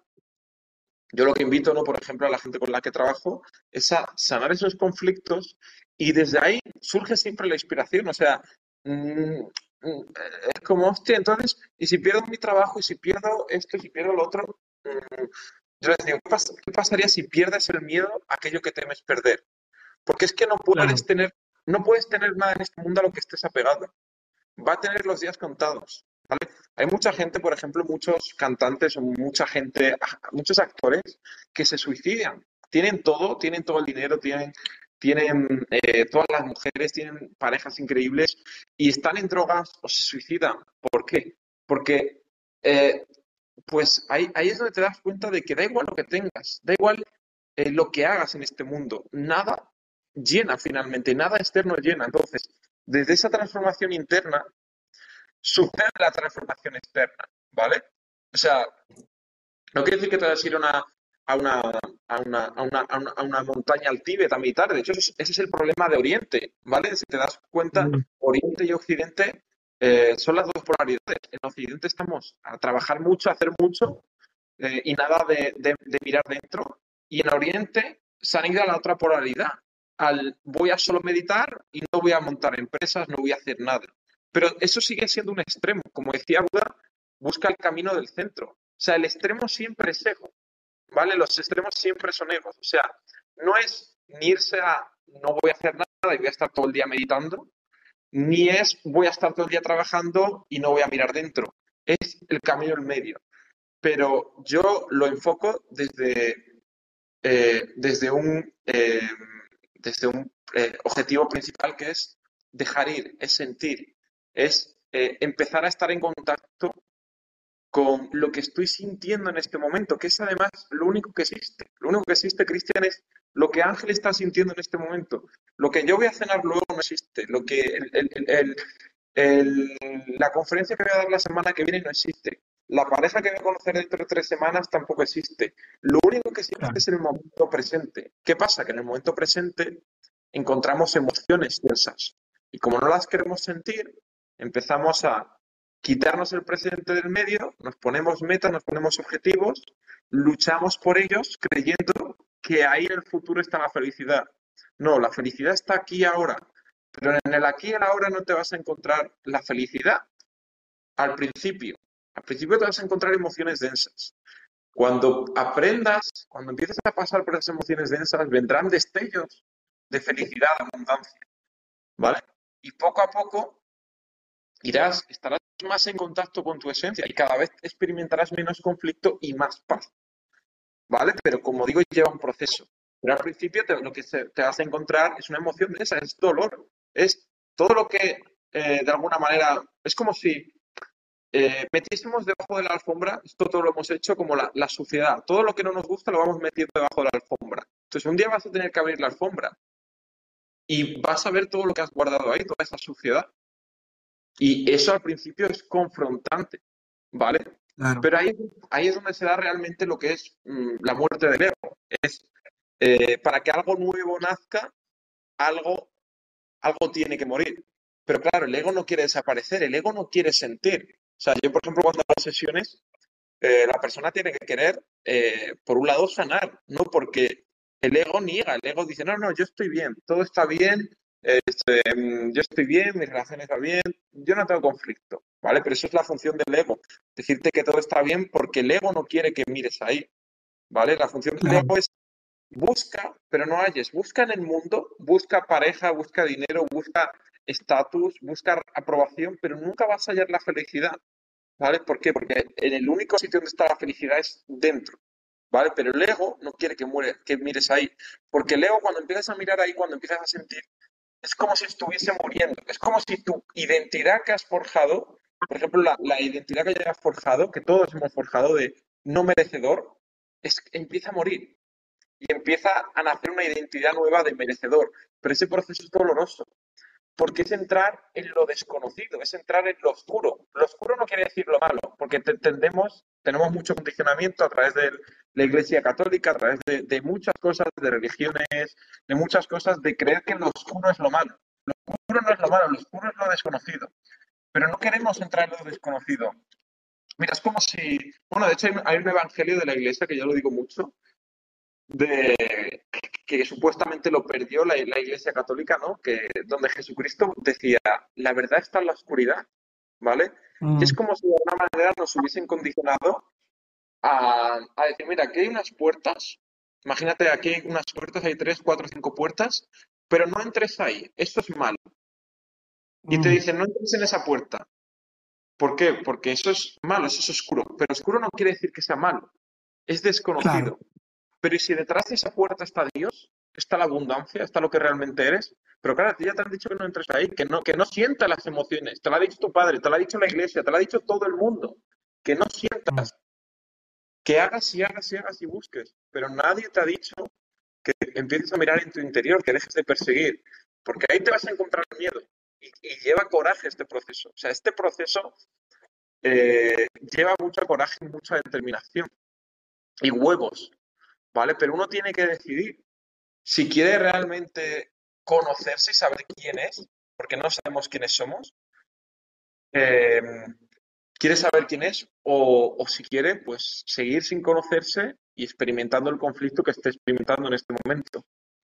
yo lo que invito, ¿no? Por ejemplo, a la gente con la que trabajo, es a sanar esos conflictos y desde ahí surge siempre la inspiración. O sea, mm, mm, es como, hostia, entonces, y si pierdo mi trabajo, y si pierdo esto, y si pierdo lo otro, mm, yo les digo, ¿qué, pas- qué pasaría si pierdes el miedo a aquello que temes perder? Porque es que no puedes Claro. tener, no puedes tener nada en este mundo a lo que estés apegado. Va a tener los días contados. ¿Vale? Hay mucha gente, por ejemplo, muchos cantantes o mucha gente, muchos actores que se suicidan. Tienen todo, tienen todo el dinero, tienen, tienen eh, todas las mujeres, tienen parejas increíbles y están en drogas o se suicidan. ¿Por qué? Porque eh, pues ahí, ahí es donde te das cuenta de que da igual lo que tengas, da igual eh, lo que hagas en este mundo, nada llena finalmente, nada externo llena. Entonces, desde esa transformación interna sucede la transformación externa, ¿vale? O sea, no quiere decir que te vas a ir a una, a una, a una, a una, a una, a una montaña al Tíbet a meditar. De hecho, ese es, ese es el problema de Oriente, ¿vale? Si te das cuenta, Mm, Oriente y Occidente eh, son las dos polaridades. En Occidente estamos a trabajar mucho, a hacer mucho eh, y nada de, de, de mirar dentro. Y en Oriente se han ido a la otra polaridad. Al voy a solo meditar y no voy a montar empresas, no voy a hacer nada. Pero eso sigue siendo un extremo. Como decía Buda, busca el camino del centro. O sea, el extremo siempre es ego, ¿vale? Los extremos siempre son egos. O sea, no es ni irse a no voy a hacer nada y voy a estar todo el día meditando, ni es voy a estar todo el día trabajando y no voy a mirar dentro. Es el camino en medio. Pero yo lo enfoco desde, eh, desde un, eh, desde un eh, objetivo principal que es dejar ir, es sentir, es eh, empezar a estar en contacto con lo que estoy sintiendo en este momento, que es además lo único que existe. Lo único que existe, Cristian, es lo que Ángel está sintiendo en este momento. Lo que yo voy a cenar luego no existe. Lo que el, el, el, el, la conferencia que voy a dar la semana que viene no existe. La pareja que voy a conocer dentro de tres semanas tampoco existe. Lo único que existe claro. es el momento presente. ¿Qué pasa? Que en el momento presente encontramos emociones tensas. Y como no las queremos sentir, empezamos a quitarnos el presente del medio, nos ponemos metas, nos ponemos objetivos, luchamos por ellos creyendo que ahí en el futuro está la felicidad. No, la felicidad está aquí ahora. Pero en el aquí y el ahora no te vas a encontrar la felicidad al principio. Al principio te vas a encontrar emociones densas. Cuando aprendas, cuando empieces a pasar por esas emociones densas, vendrán destellos de felicidad, de abundancia, ¿vale? Y poco a poco irás, estarás más en contacto con tu esencia y cada vez experimentarás menos conflicto y más paz, ¿vale? Pero como digo, lleva un proceso. Pero al principio te, lo que se, te vas a encontrar es una emoción de esa, es dolor, es todo lo que eh, de alguna manera, es como si eh, metiésemos debajo de la alfombra, esto todo lo hemos hecho como la, la suciedad, todo lo que no nos gusta lo vamos metiendo debajo de la alfombra. Entonces un día vas a tener que abrir la alfombra y vas a ver todo lo que has guardado ahí, toda esa suciedad. Y eso al principio es confrontante, ¿vale? Claro. Pero ahí, ahí es donde se da realmente lo que es mmm, la muerte del ego. Es eh, para que algo nuevo nazca, algo, algo tiene que morir. Pero claro, el ego no quiere desaparecer, el ego no quiere sentir. O sea, yo, por ejemplo, cuando hago sesiones, eh, la persona tiene que querer, eh, por un lado, sanar, no porque el ego niega, el ego dice, no, no, yo estoy bien, todo está bien, este, mm, yo estoy bien, mis relaciones están bien, yo no tengo conflicto, ¿vale? Pero eso es la función del ego, decirte que todo está bien porque el ego no quiere que mires ahí, ¿vale? La función del Claro. ego es busca, pero no halles, busca en el mundo, busca pareja, busca dinero, busca estatus, busca aprobación, pero nunca vas a hallar la felicidad. ¿vale? ¿Por qué? Porque en el único sitio donde está la felicidad es dentro, ¿vale? Pero el ego no quiere que, muere, que mires ahí, porque el ego cuando empiezas a mirar ahí, cuando empiezas a sentir, es como si estuviese muriendo, es como si tu identidad que has forjado, por ejemplo, la, la identidad que ya has forjado, que todos hemos forjado de no merecedor, es, empieza a morir y empieza a nacer una identidad nueva de merecedor, pero ese proceso es doloroso porque es entrar en lo desconocido, es entrar en lo oscuro. Lo oscuro no quiere decir lo malo, porque te- tendemos, tenemos mucho condicionamiento a través de la Iglesia Católica, a través de, de muchas cosas, de religiones, de muchas cosas, de creer que lo oscuro es lo malo. Lo oscuro no es lo malo, lo oscuro es lo desconocido. Pero no queremos entrar en lo desconocido. Mira, es como si, bueno, de hecho hay, hay un evangelio de la Iglesia, que yo lo digo mucho, de que supuestamente lo perdió la, la Iglesia Católica, ¿no? Que donde Jesucristo decía, la verdad está en la oscuridad, ¿vale? Y es Mm, como si de alguna manera nos hubiesen condicionado a, a decir, mira, aquí hay unas puertas, imagínate, aquí hay unas puertas, hay tres, cuatro, cinco puertas, pero no entres ahí, esto es malo. Y te mm, dicen, no entres en esa puerta. ¿Por qué? Porque eso es malo, eso es oscuro. Pero oscuro no quiere decir que sea malo, es claro. desconocido. Pero ¿y si detrás de esa puerta está Dios? ¿Está la abundancia? ¿Está lo que realmente eres? Pero claro, a ti ya te han dicho que no entres ahí, que no, que no sientas las emociones. Te lo ha dicho tu padre, te lo ha dicho la iglesia, te lo ha dicho todo el mundo. Que no Mm. sientas, que hagas y hagas y hagas y busques. Pero nadie te ha dicho que empieces a mirar en tu interior, que dejes de perseguir. Porque ahí te vas a encontrar miedo. Y, y lleva coraje este proceso. O sea, este proceso eh, lleva mucho coraje y mucha determinación. Y huevos, ¿vale? Pero uno tiene que decidir si quiere realmente conocerse y saber quién es, porque no sabemos quiénes somos, eh, quiere saber quién es o, o si quiere, pues seguir sin conocerse y experimentando el conflicto que esté experimentando en este momento.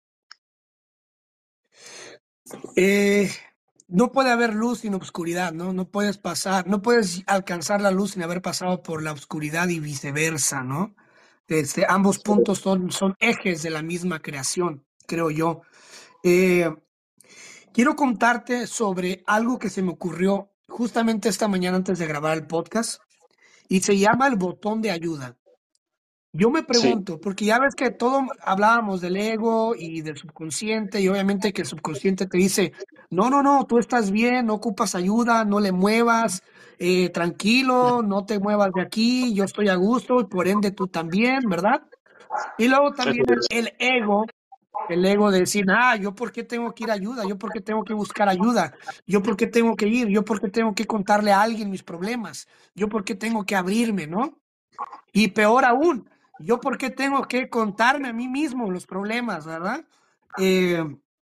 Eh, no puede haber luz sin oscuridad, ¿no? No puedes pasar, no puedes alcanzar la luz sin haber pasado por la oscuridad y viceversa, ¿no? Este, ambos puntos son, son ejes de la misma creación, creo yo. Eh, quiero contarte sobre algo que se me ocurrió justamente esta mañana antes de grabar el podcast y se llama el botón de ayuda. Yo me Sí, pregunto, porque ya ves que todo hablábamos del ego y del subconsciente, y obviamente que el subconsciente te dice, no, no, no, tú estás bien, no ocupas ayuda, no le muevas, eh, tranquilo, no te muevas de aquí, yo estoy a gusto, y por ende tú también, ¿verdad? Y luego eso también el, es. el ego, el ego de decir, ah, yo por qué tengo que ir a ayuda, yo por qué tengo que buscar ayuda, yo por qué tengo que ir, yo por qué tengo que contarle a alguien mis problemas, yo por qué tengo que abrirme, ¿no? Y peor aún, yo por qué tengo que contarme a mí mismo los problemas, ¿verdad? Eh,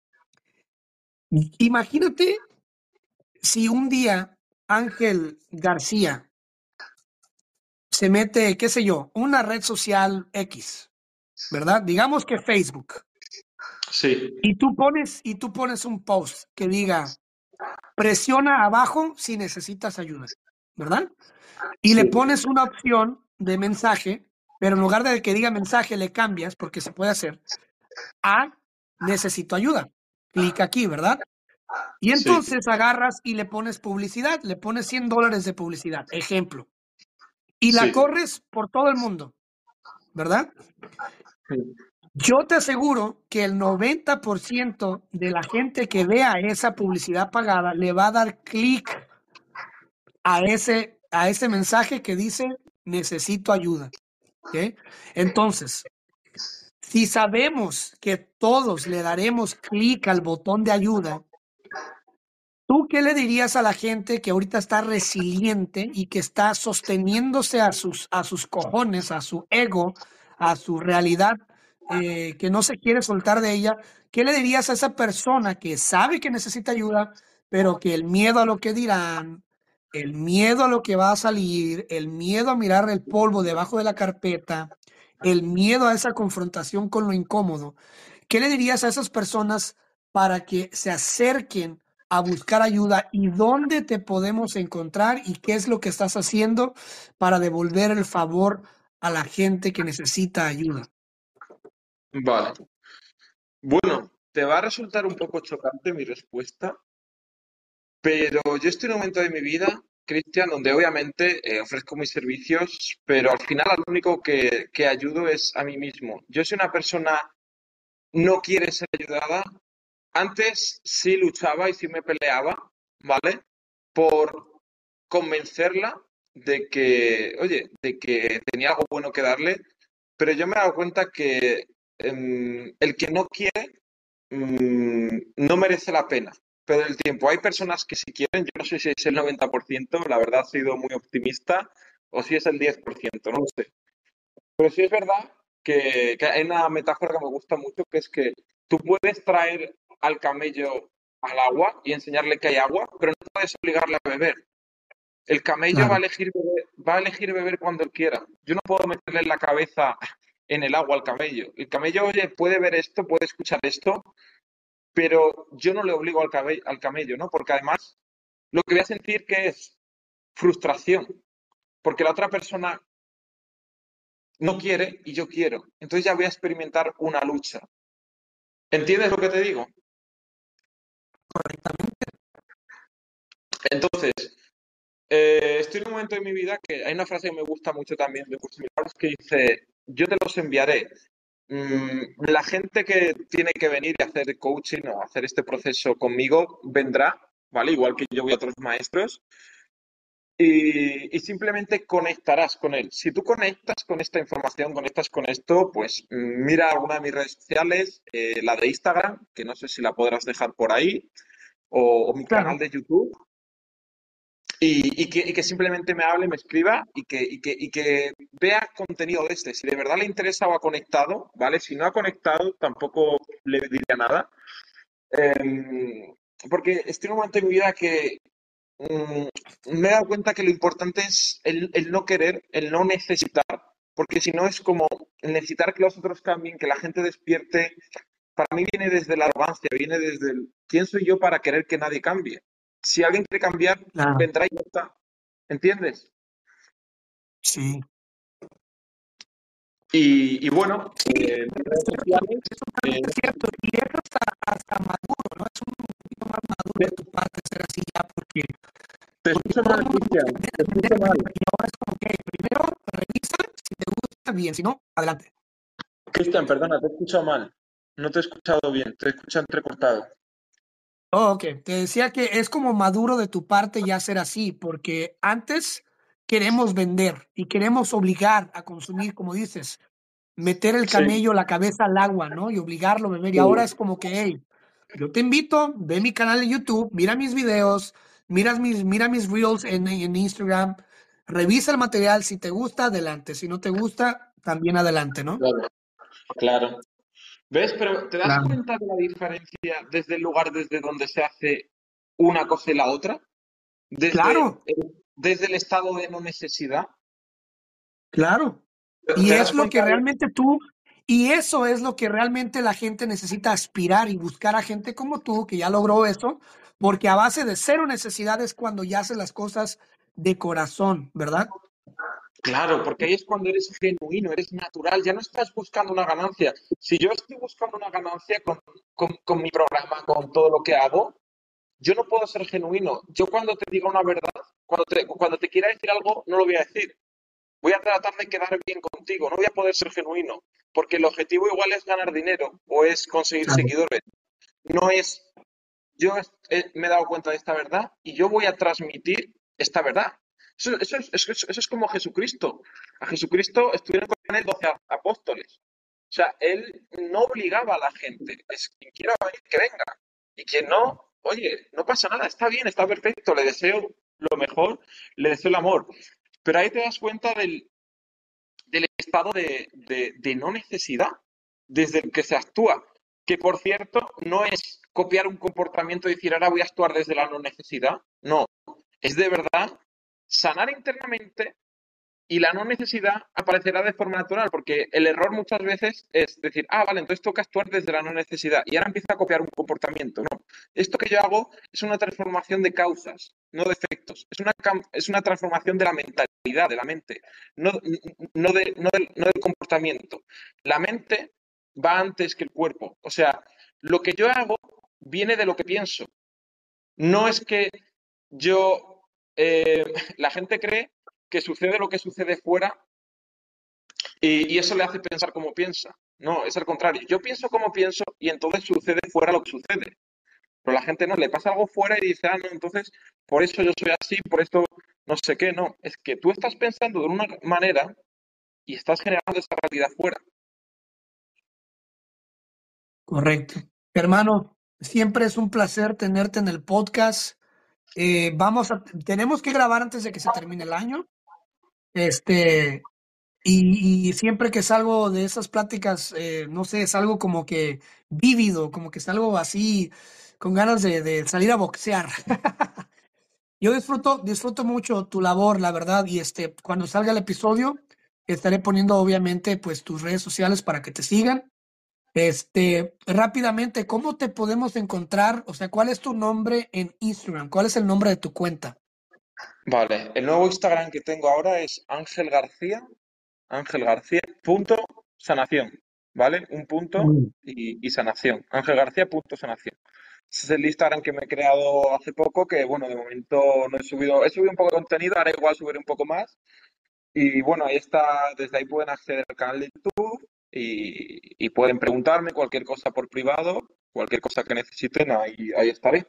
imagínate si un día Ángel García se mete, qué sé yo, una red social X, ¿verdad? Digamos que Facebook, Sí, y tú pones, y tú pones un post que diga, presiona abajo si necesitas ayuda, ¿verdad? Y le sí, pones una opción de mensaje, pero en lugar de que diga mensaje le cambias, porque se puede hacer, a necesito ayuda. Clic aquí, ¿verdad? Y sí, entonces agarras y le pones publicidad, le pones cien dólares de publicidad, ejemplo, y la sí. corres por todo el mundo, ¿verdad? Yo te aseguro que el noventa por ciento de la gente que vea esa publicidad pagada le va a dar clic a ese, a ese mensaje que dice necesito ayuda. ¿Ok? Entonces, si sabemos que todos le daremos clic al botón de ayuda, ¿tú qué le dirías a la gente que ahorita está resiliente y que está sosteniéndose a sus, a sus cojones, a su ego, a su realidad, eh, que no se quiere soltar de ella? ¿Qué le dirías a esa persona que sabe que necesita ayuda, pero que el miedo a lo que dirán, el miedo a lo que va a salir, el miedo a mirar el polvo debajo de la carpeta, el miedo a esa confrontación con lo incómodo? ¿Qué le dirías a esas personas para que se acerquen a buscar ayuda y dónde te podemos encontrar y qué es lo que estás haciendo para devolver el favor a la gente que necesita ayuda? Vale. Bueno, te va a resultar un poco chocante mi respuesta, pero yo estoy en un momento de mi vida Cristian, donde obviamente eh, ofrezco mis servicios, pero al final al único que, que ayudo es a mí mismo. Yo soy una persona no quiere ser ayudada. Antes sí luchaba y sí me peleaba, ¿vale? Por convencerla de que, oye, de que tenía algo bueno que darle, pero yo me he dado cuenta que em, el que no quiere mm, no merece la pena perder el tiempo. Hay personas que si quieren, yo no sé si es el noventa por ciento, la verdad he sido muy optimista, o si es el diez por ciento, no lo sé. Pero sí es verdad que, que hay una metáfora que me gusta mucho, que es que tú puedes traer al camello al agua y enseñarle que hay agua, pero no puedes obligarle a beber. El camello va a Claro, elegir beber, va a elegir beber cuando él quiera. Yo no puedo meterle en la cabeza en el agua al camello. El camello, oye, puede ver esto, puede escuchar esto, pero yo no le obligo al camello, al camello, ¿no? Porque además lo que voy a sentir que es frustración, porque la otra persona no quiere y yo quiero. Entonces ya voy a experimentar una lucha. ¿Entiendes lo que te digo? correctamente. Entonces, eh, estoy en un momento de mi vida que hay una frase que me gusta mucho también de Curso Milagros que dice, yo te los enviaré. Mm, la gente que tiene que venir y hacer coaching o hacer este proceso conmigo vendrá, ¿vale? Igual que yo voy a otros maestros, y, y simplemente conectarás con él. Si tú conectas con esta información, conectas con esto, pues mm, mira alguna de mis redes sociales, eh, la de Instagram, que no sé si la podrás dejar por ahí, o, o mi canal Claro, de YouTube, y, y que, y que simplemente me hable, me escriba y que, y que, y que vea contenido de este. Si de verdad le interesa o ha conectado, ¿vale? Si no ha conectado, tampoco le diría nada. Eh, porque estoy en un momento de mi vida que mm, me he dado cuenta que lo importante es el, el no querer, el no necesitar, porque si no es como el necesitar que los otros cambien, que la gente despierte. Para mí viene desde la arrogancia, viene desde el ¿quién soy yo para querer que nadie cambie? Si alguien quiere cambiar, claro, vendrá y ya está. ¿Entiendes? sí. Y, y bueno, Sí, eh, mis es redes cierto, sociales, es eh, totalmente cierto. Y es hasta, hasta maduro, ¿no? Es un poquito más maduro te, de tu parte ser así ya, porque, te porque escucho todo el mal, mundo busca Cristian, vender, te vender, escucho mal. vender. Y ahora es como que primero revisa si te gusta bien, si no, adelante. Cristian, perdona, te he escuchado mal. No te he escuchado bien, te escucho entrecortado. Oh, ok, te decía que es como maduro de tu parte ya ser así, porque antes queremos vender y queremos obligar a consumir, como dices, meter el Sí, camello la cabeza al agua, ¿no? Y obligarlo a beber. Y ahora es sí, como que, hey, yo te invito, ve mi canal de YouTube, mira mis videos, mira mis, mira mis reels en, en Instagram, revisa el material, si te gusta, adelante, si no te gusta, también adelante, ¿no? claro, claro. ¿Ves? Pero ¿te das Claro. cuenta de la diferencia desde el lugar desde donde se hace una cosa y la otra? Desde Claro, el, desde el estado de no necesidad. claro. ¿Te, Y te es das lo cuenta que de... realmente tú, y eso es lo que realmente la gente necesita aspirar y buscar a gente como tú, que ya logró eso, porque a base de cero necesidad es cuando ya hace las cosas de corazón, ¿verdad? Claro, porque ahí es cuando eres genuino, eres natural, ya no estás buscando una ganancia. Si yo estoy buscando una ganancia con, con, con mi programa, con todo lo que hago, yo no puedo ser genuino. Yo cuando te diga una verdad, cuando te, cuando te quiera decir algo, no lo voy a decir. Voy a tratar de quedar bien contigo, no voy a poder ser genuino, porque el objetivo igual es ganar dinero o es conseguir Claro. seguidores. No es, yo eh, me he dado cuenta de esta verdad y yo voy a transmitir esta verdad. Eso, eso es, eso es- eso es como Jesucristo. A Jesucristo estuvieron con él doce apóstoles. O sea, él no obligaba a la gente. Es quien quiera venir, que venga. Y quien no, oye, no pasa nada, está bien, está perfecto, le deseo lo mejor, le deseo el amor. Pero ahí te das cuenta del, del estado de, de, de no necesidad desde el que se actúa. Que por cierto, no es copiar un comportamiento y decir ahora voy a actuar desde la no necesidad. No, es de verdad sanar internamente y la no necesidad aparecerá de forma natural, porque el error muchas veces es decir, ah, vale, entonces toca actuar desde la no necesidad y ahora empieza a copiar un comportamiento. No, esto que yo hago es una transformación de causas, no de efectos. Es una, es una transformación de la mentalidad, de la mente, no, no, de, no, del, no del comportamiento. La mente va antes que el cuerpo. O sea, lo que yo hago viene de lo que pienso. No es que yo eh, la gente cree que sucede lo que sucede fuera y, y eso le hace pensar como piensa. No, es al contrario. Yo pienso como pienso y entonces sucede fuera lo que sucede. Pero la gente no, le pasa algo fuera y dice, ah, no, entonces por eso yo soy así, por esto no sé qué, no. Es que tú estás pensando de una manera y estás generando esa realidad fuera. Correcto. Hermano, siempre es un placer tenerte en el podcast. Eh, vamos a, tenemos que grabar antes de que se termine el año. Este, y, y siempre que salgo de esas pláticas, eh, no sé, es algo como que vívido, como que es algo así, con ganas de, de salir a boxear. Yo disfruto, disfruto mucho tu labor, la verdad, y este, cuando salga el episodio, estaré poniendo obviamente pues tus redes sociales para que te sigan. Este, rápidamente, ¿cómo te podemos encontrar? O sea, ¿cuál es tu nombre en Instagram? ¿Cuál es el nombre de tu cuenta? Vale, el nuevo Instagram que tengo ahora es Ángel García, Ángel García, punto sanación, ¿vale? Un punto Mm. y, y sanación. Ángel García, punto sanación. Ese es el Instagram que me he creado hace poco, que bueno, de momento no he subido, he subido un poco de contenido, ahora igual subiré un poco más. Y bueno, ahí está, desde ahí pueden acceder al canal de YouTube y, y pueden preguntarme cualquier cosa por privado, cualquier cosa que necesiten, ahí, ahí estaré.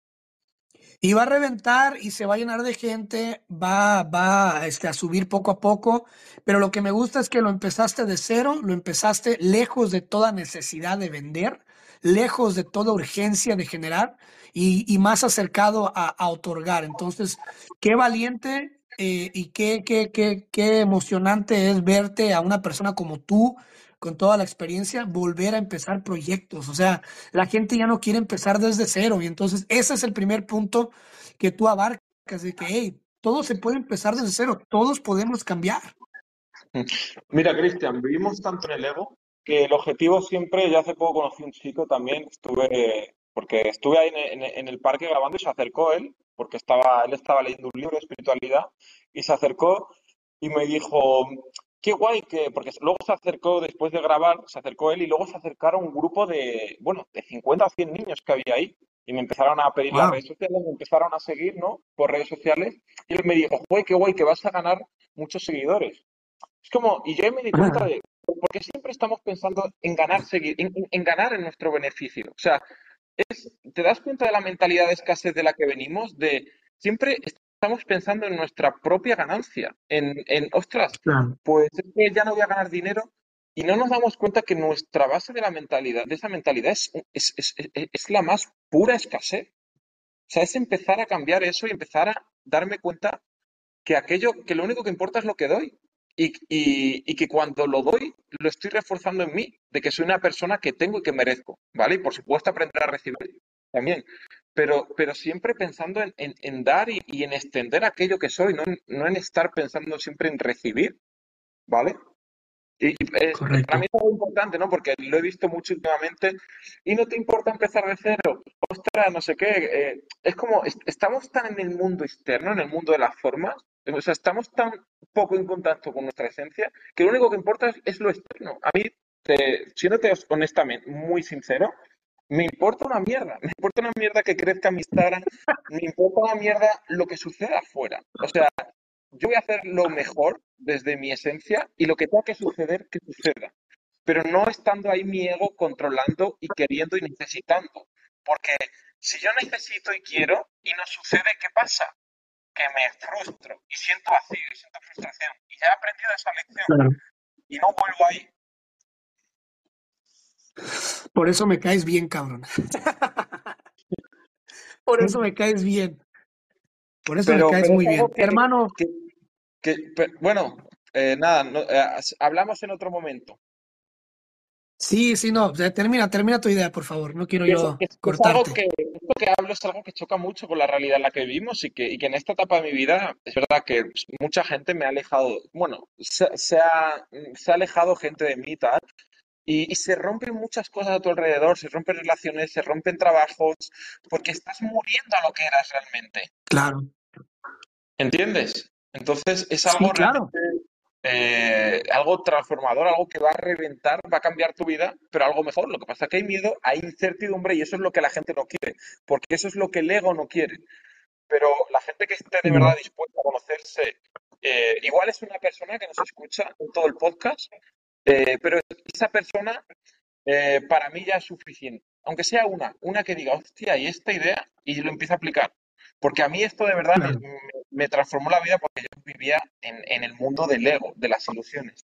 Y va a reventar y se va a llenar de gente, va, va este, a subir poco a poco, pero lo que me gusta es que lo empezaste de cero, lo empezaste lejos de toda necesidad de vender, lejos de toda urgencia de generar y, y más acercado a, a otorgar. Entonces, qué valiente eh, y qué, qué, qué, qué emocionante es verte a una persona como tú, con toda la experiencia, volver a empezar proyectos. O sea, la gente ya no quiere empezar desde cero y entonces ese es el primer punto que tú abarcas de que, hey, todo se puede empezar desde cero, todos podemos cambiar. Mira, Cristian, vivimos tanto en el ego que el objetivo siempre, yo hace poco conocí un chico también, estuve, porque estuve ahí en, en- en el parque grabando y se acercó él, porque estaba, él estaba leyendo un libro de espiritualidad y se acercó y me dijo, qué guay que, porque luego se acercó después de grabar, se acercó él y luego se acercaron un grupo de, bueno, de cincuenta o cien niños que había ahí y me empezaron a pedir las Wow. redes sociales, me empezaron a seguir, ¿no? Por redes sociales y él me dijo, guay, qué guay que vas a ganar muchos seguidores. Es como, y yo me di cuenta de, porque siempre estamos pensando en ganar, seguir, en, en- en ganar en nuestro beneficio. O sea, ¿te das cuenta de la mentalidad de escasez de la que venimos? De siempre estamos pensando en nuestra propia ganancia, en, en ostras, Claro, pues es que ya no voy a ganar dinero y no nos damos cuenta que nuestra base de la mentalidad, de esa mentalidad es, es, es, es- es la más pura escasez. O sea, es empezar a cambiar eso y empezar a darme cuenta que aquello, que lo único que importa es lo que doy. Y, y- y que cuando lo doy, lo estoy reforzando en mí, de que soy una persona que tengo y que merezco, ¿vale? Y por supuesto aprender a recibir también, pero, pero siempre pensando en, en- en dar y, y en extender aquello que soy, no, en- no en estar pensando siempre en recibir, ¿vale? Y y es- para mí correcto. es algo importante, ¿no? Porque lo he visto mucho últimamente y no te importa empezar de cero, ostras, no sé qué. Eh, es como, est- estamos tan en el mundo externo, en el mundo de las formas, o sea, estamos tan poco en contacto con nuestra esencia que lo único que importa es, es lo externo. A mí, te, siéndote honestamente muy sincero, me importa una mierda, me importa una mierda que crezca mi Instagram, me importa una mierda lo que suceda afuera. O sea, yo voy a hacer lo mejor desde mi esencia y lo que tenga que suceder, que suceda. Pero no estando ahí mi ego controlando y queriendo y necesitando. Porque si yo necesito y quiero y no sucede, ¿qué pasa? Que me frustro y siento vacío y siento frustración. Y ya he aprendido esa lección Claro. y no vuelvo ahí. Por eso me caes bien, cabrón. Por eso me caes bien. Por eso me Pero, caes pero muy es algo bien. que, Hermano, que, que pe- bueno, eh, nada, no, eh, hablamos en otro momento. sí, sí, no, o sea, termina, termina tu idea, por favor. No quiero Que es, yo que es- que es algo cortarte. que, esto que hablo es algo que choca mucho con la realidad en la que vivimos y que, y que en esta etapa de mi vida es verdad que pues, mucha gente me ha alejado, bueno, se, se ha, se ha alejado gente de mí y tal, y, y se rompen muchas cosas a tu alrededor, se rompen relaciones, se rompen trabajos, porque estás muriendo a lo que eras realmente. Claro. ¿Entiendes? Entonces es Sí, algo claro. realmente, eh, algo transformador, algo que va a reventar, va a cambiar tu vida, pero algo mejor. Lo que pasa es que hay miedo, hay incertidumbre y eso es lo que la gente no quiere, porque eso es lo que el ego no quiere. pero la gente que esté de verdad Sí. dispuesta a conocerse, eh, igual es una persona que nos escucha en todo el podcast, eh, pero esa persona eh, para mí ya es suficiente. Aunque sea una, una que diga, hostia, y esta idea, y lo empiece a aplicar. Porque a mí esto de verdad me, Claro. me- me transformó la vida porque yo vivía en, en el mundo del ego, de las ilusiones.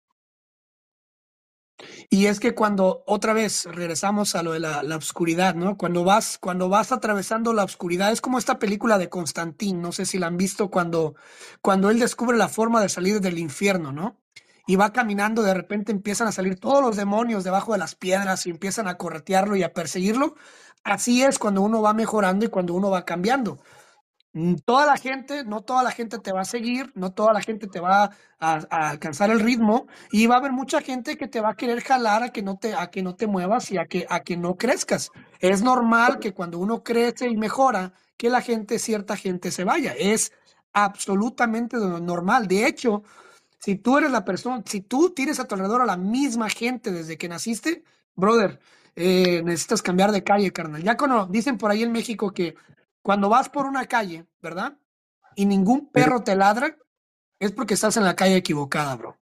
Y es que cuando otra vez regresamos a lo de la, la oscuridad, ¿no? Cuando vas, cuando vas atravesando la oscuridad, es como esta película de Constantín, no sé si la han visto, cuando, cuando él descubre la forma de salir del infierno, ¿no? Y va caminando, de repente empiezan a salir todos los demonios debajo de las piedras y empiezan a corretearlo y a perseguirlo. Así es cuando uno va mejorando y cuando uno va cambiando. Mm, Toda la gente, no toda la gente te va a seguir, no toda la gente te va a, a alcanzar el ritmo y va a haber mucha gente que te va a querer jalar a que no te, a que no te muevas y a que, a que no crezcas. Es normal que cuando uno crece y mejora, que la gente, cierta gente se vaya. Es absolutamente normal. De hecho, si tú eres la persona, si tú tienes a tu alrededor a la misma gente desde que naciste, brother, eh, necesitas cambiar de calle, carnal. Ya cuando dicen por ahí en México que cuando vas por una calle, ¿verdad? Y ningún perro te ladra, es porque estás en la calle equivocada, bro.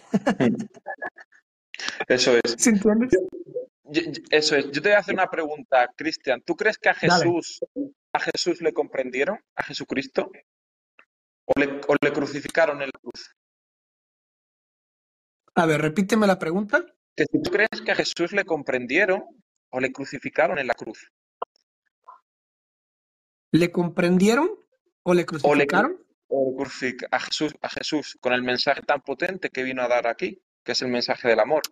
Eso es. ¿Sí entiendes? Yo- yo- Eso es. Yo te voy a hacer una pregunta, Cristian. ¿Tú crees que a Dale. Jesús, a Jesús le comprendieron, a Jesucristo, o le, o le crucificaron en la cruz? A ver, repíteme la pregunta. Que si tú crees que a Jesús le comprendieron o le crucificaron en la cruz, ¿Le comprendieron o le o le, cru- crucificaron? o le crucific- a Jesús, a Jesús con el mensaje tan potente que vino a dar aquí, que es el mensaje del amor.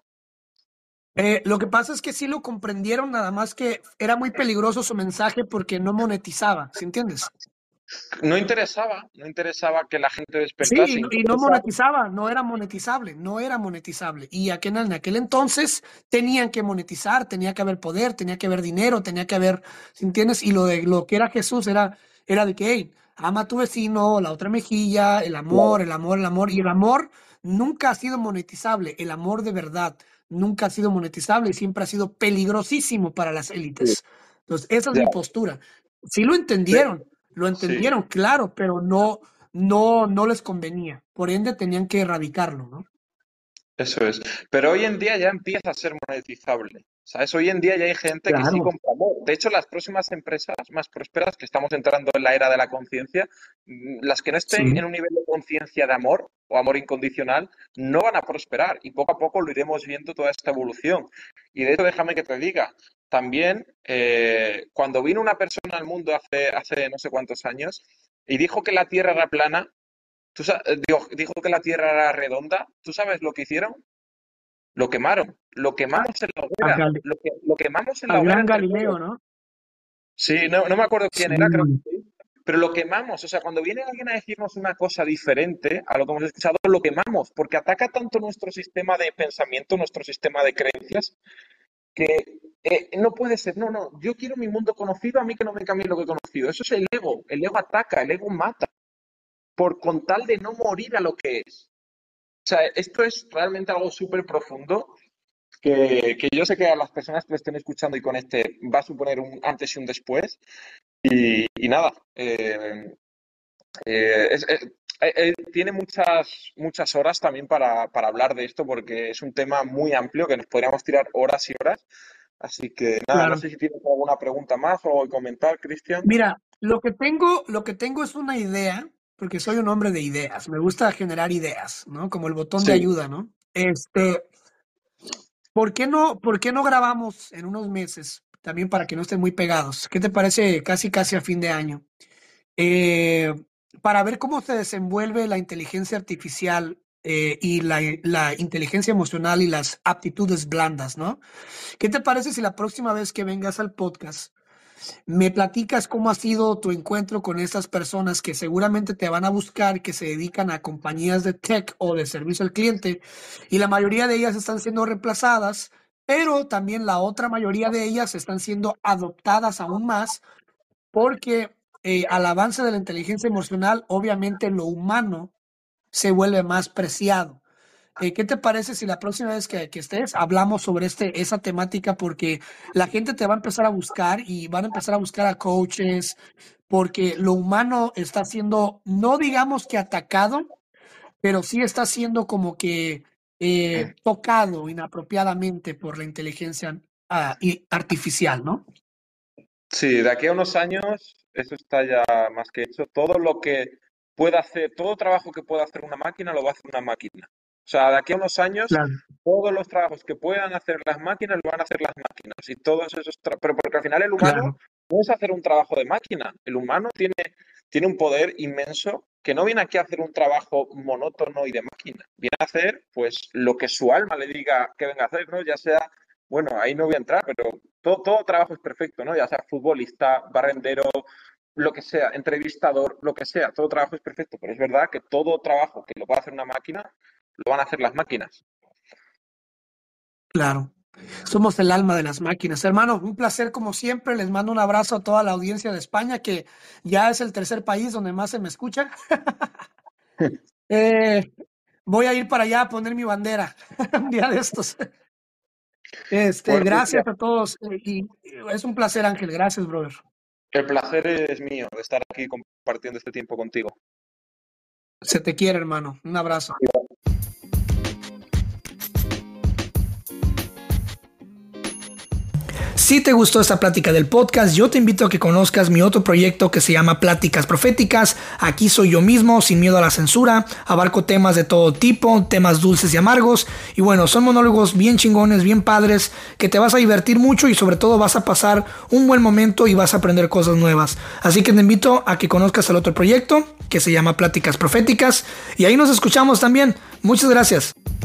Eh, lo que pasa es que sí lo comprendieron, nada más que era muy peligroso su mensaje porque no monetizaba, ¿sí entiendes? No interesaba, no interesaba que la gente Sí, despertase, y, no y no interesaba. monetizaba, no era monetizable, no era monetizable. Y aquel, en aquel entonces tenían que monetizar, tenía que haber poder, tenía que haber dinero, tenía que haber, ¿sí entiendes? Y lo de lo que era Jesús era, era de que, hey, ama a tu vecino, la otra mejilla, el amor, el amor, el amor. Y el amor nunca ha sido monetizable, el amor de verdad nunca ha sido monetizable y siempre ha sido peligrosísimo para las Sí, élites. Entonces, esa es ya, mi postura. Sí lo pero- entendieron, lo sí. entendieron, claro, pero no no, no les convenía. Por ende, tenían que erradicarlo, ¿no? Eso es. Pero hoy en día ya empieza a ser monetizable. ¿Sabes? Hoy en día ya hay gente que sí Claro, compra amor. De hecho, las próximas empresas más prósperas, que estamos entrando en la era de la conciencia, mm, las que no estén en sí, un nivel de conciencia de amor o amor incondicional, no van a prosperar. Y poco a poco lo iremos viendo toda esta evolución. Y de hecho, déjame que te diga, también eh, cuando vino una persona al mundo hace, hace no sé cuántos años y dijo que la Tierra era plana, tú sa- eh, digo, dijo que la Tierra era redonda, ¿tú sabes lo que hicieron? Lo quemaron, lo a- quemamos en la a hoguera, Gal- lo, que, lo quemamos en la al hoguera gran entre todos. Galileo, ¿no? Sí, no, no me acuerdo quién Sí, era, creo que sí, pero lo quemamos. O sea, cuando viene alguien a decirnos una cosa diferente a lo que hemos escuchado, lo quemamos, porque ataca tanto nuestro sistema de pensamiento, nuestro sistema de creencias, que eh, no puede ser, no, no, yo quiero mi mundo conocido, a mí que no me cambie lo que he conocido. Eso es el ego, el ego ataca, el ego mata, por con tal de no morir a lo que es. O sea, esto es realmente algo súper profundo que, que yo sé que a las personas que lo estén escuchando y con este va a suponer un antes y un después. Y, y nada, eh, eh, es- es- eh, eh, tiene muchas, muchas horas también para, para hablar de esto porque es un tema muy amplio que nos podríamos tirar horas y horas. Así que nada, no claro. sé si tienes alguna pregunta más o algo que comentar, Cristian. Mira, lo que tengo, lo que tengo es una idea, porque soy un hombre de ideas. Me gusta generar ideas, ¿no? Como el botón de Sí, ayuda, ¿no? Este, ¿por qué no, por qué no grabamos en unos meses? También para que no estén muy pegados. ¿Qué te parece casi casi a fin de año? eh, para ver cómo se desenvuelve la inteligencia artificial eh, y la, la inteligencia emocional y las aptitudes blandas, ¿no? ¿Qué te parece si la próxima vez que vengas al podcast me platicas cómo ha sido tu encuentro con estas personas que seguramente te van a buscar, que se dedican a compañías de tech o de servicio al cliente, y la mayoría de ellas están siendo reemplazadas, pero también la otra mayoría de ellas están siendo adoptadas aún más porque eh, al avance de la inteligencia emocional, obviamente lo humano se vuelve más preciado. Eh, ¿qué te parece si la próxima vez que, que estés hablamos sobre este, esa temática? Porque la gente te va a empezar a buscar y van a empezar a buscar a coaches, porque lo humano está siendo, no digamos que atacado, pero sí está siendo como que eh, tocado inapropiadamente por la inteligencia ah, y artificial, ¿no? Sí, de aquí a unos años eso está ya más que hecho. Todo lo que pueda hacer, todo trabajo que pueda hacer una máquina lo va a hacer una máquina. O sea, de aquí a unos años, Claro, todos los trabajos que puedan hacer las máquinas lo van a hacer las máquinas. Y todos esos tra- pero porque al final el humano claro, no es hacer un trabajo de máquina. El humano tiene, tiene un poder inmenso que no viene aquí a hacer un trabajo monótono y de máquina. Viene a hacer, pues, lo que su alma le diga que venga a hacer, ¿no? Ya sea, bueno, ahí no voy a entrar, pero todo, todo trabajo es perfecto, ¿no? Ya sea futbolista, barrendero, lo que sea, entrevistador, lo que sea, todo trabajo es perfecto, pero es verdad que todo trabajo que lo pueda hacer una máquina, lo van a hacer las máquinas. claro. Somos el alma de las máquinas. Hermano, un placer como siempre. Les mando un abrazo a toda la audiencia de España, que ya es el tercer país donde más se me escucha. Eh, Voy a ir para allá a poner mi bandera un día de estos. Este, Bueno, gracias Cristian, a todos. eh, Y es un placer, Ángel. Gracias, brother. el placer es mío de estar aquí compartiendo este tiempo contigo. Se te quiere, hermano. Un abrazo. Si te gustó esta plática del podcast, yo te invito a que conozcas mi otro proyecto que se llama Pláticas Proféticas. Aquí soy yo mismo, sin miedo a la censura. Abarco temas de todo tipo, temas dulces y amargos. Y bueno, son monólogos bien chingones, bien padres, que te vas a divertir mucho y sobre todo vas a pasar un buen momento y vas a aprender cosas nuevas. Así que te invito a que conozcas el otro proyecto que se llama Pláticas Proféticas. Y ahí nos escuchamos también. Muchas gracias.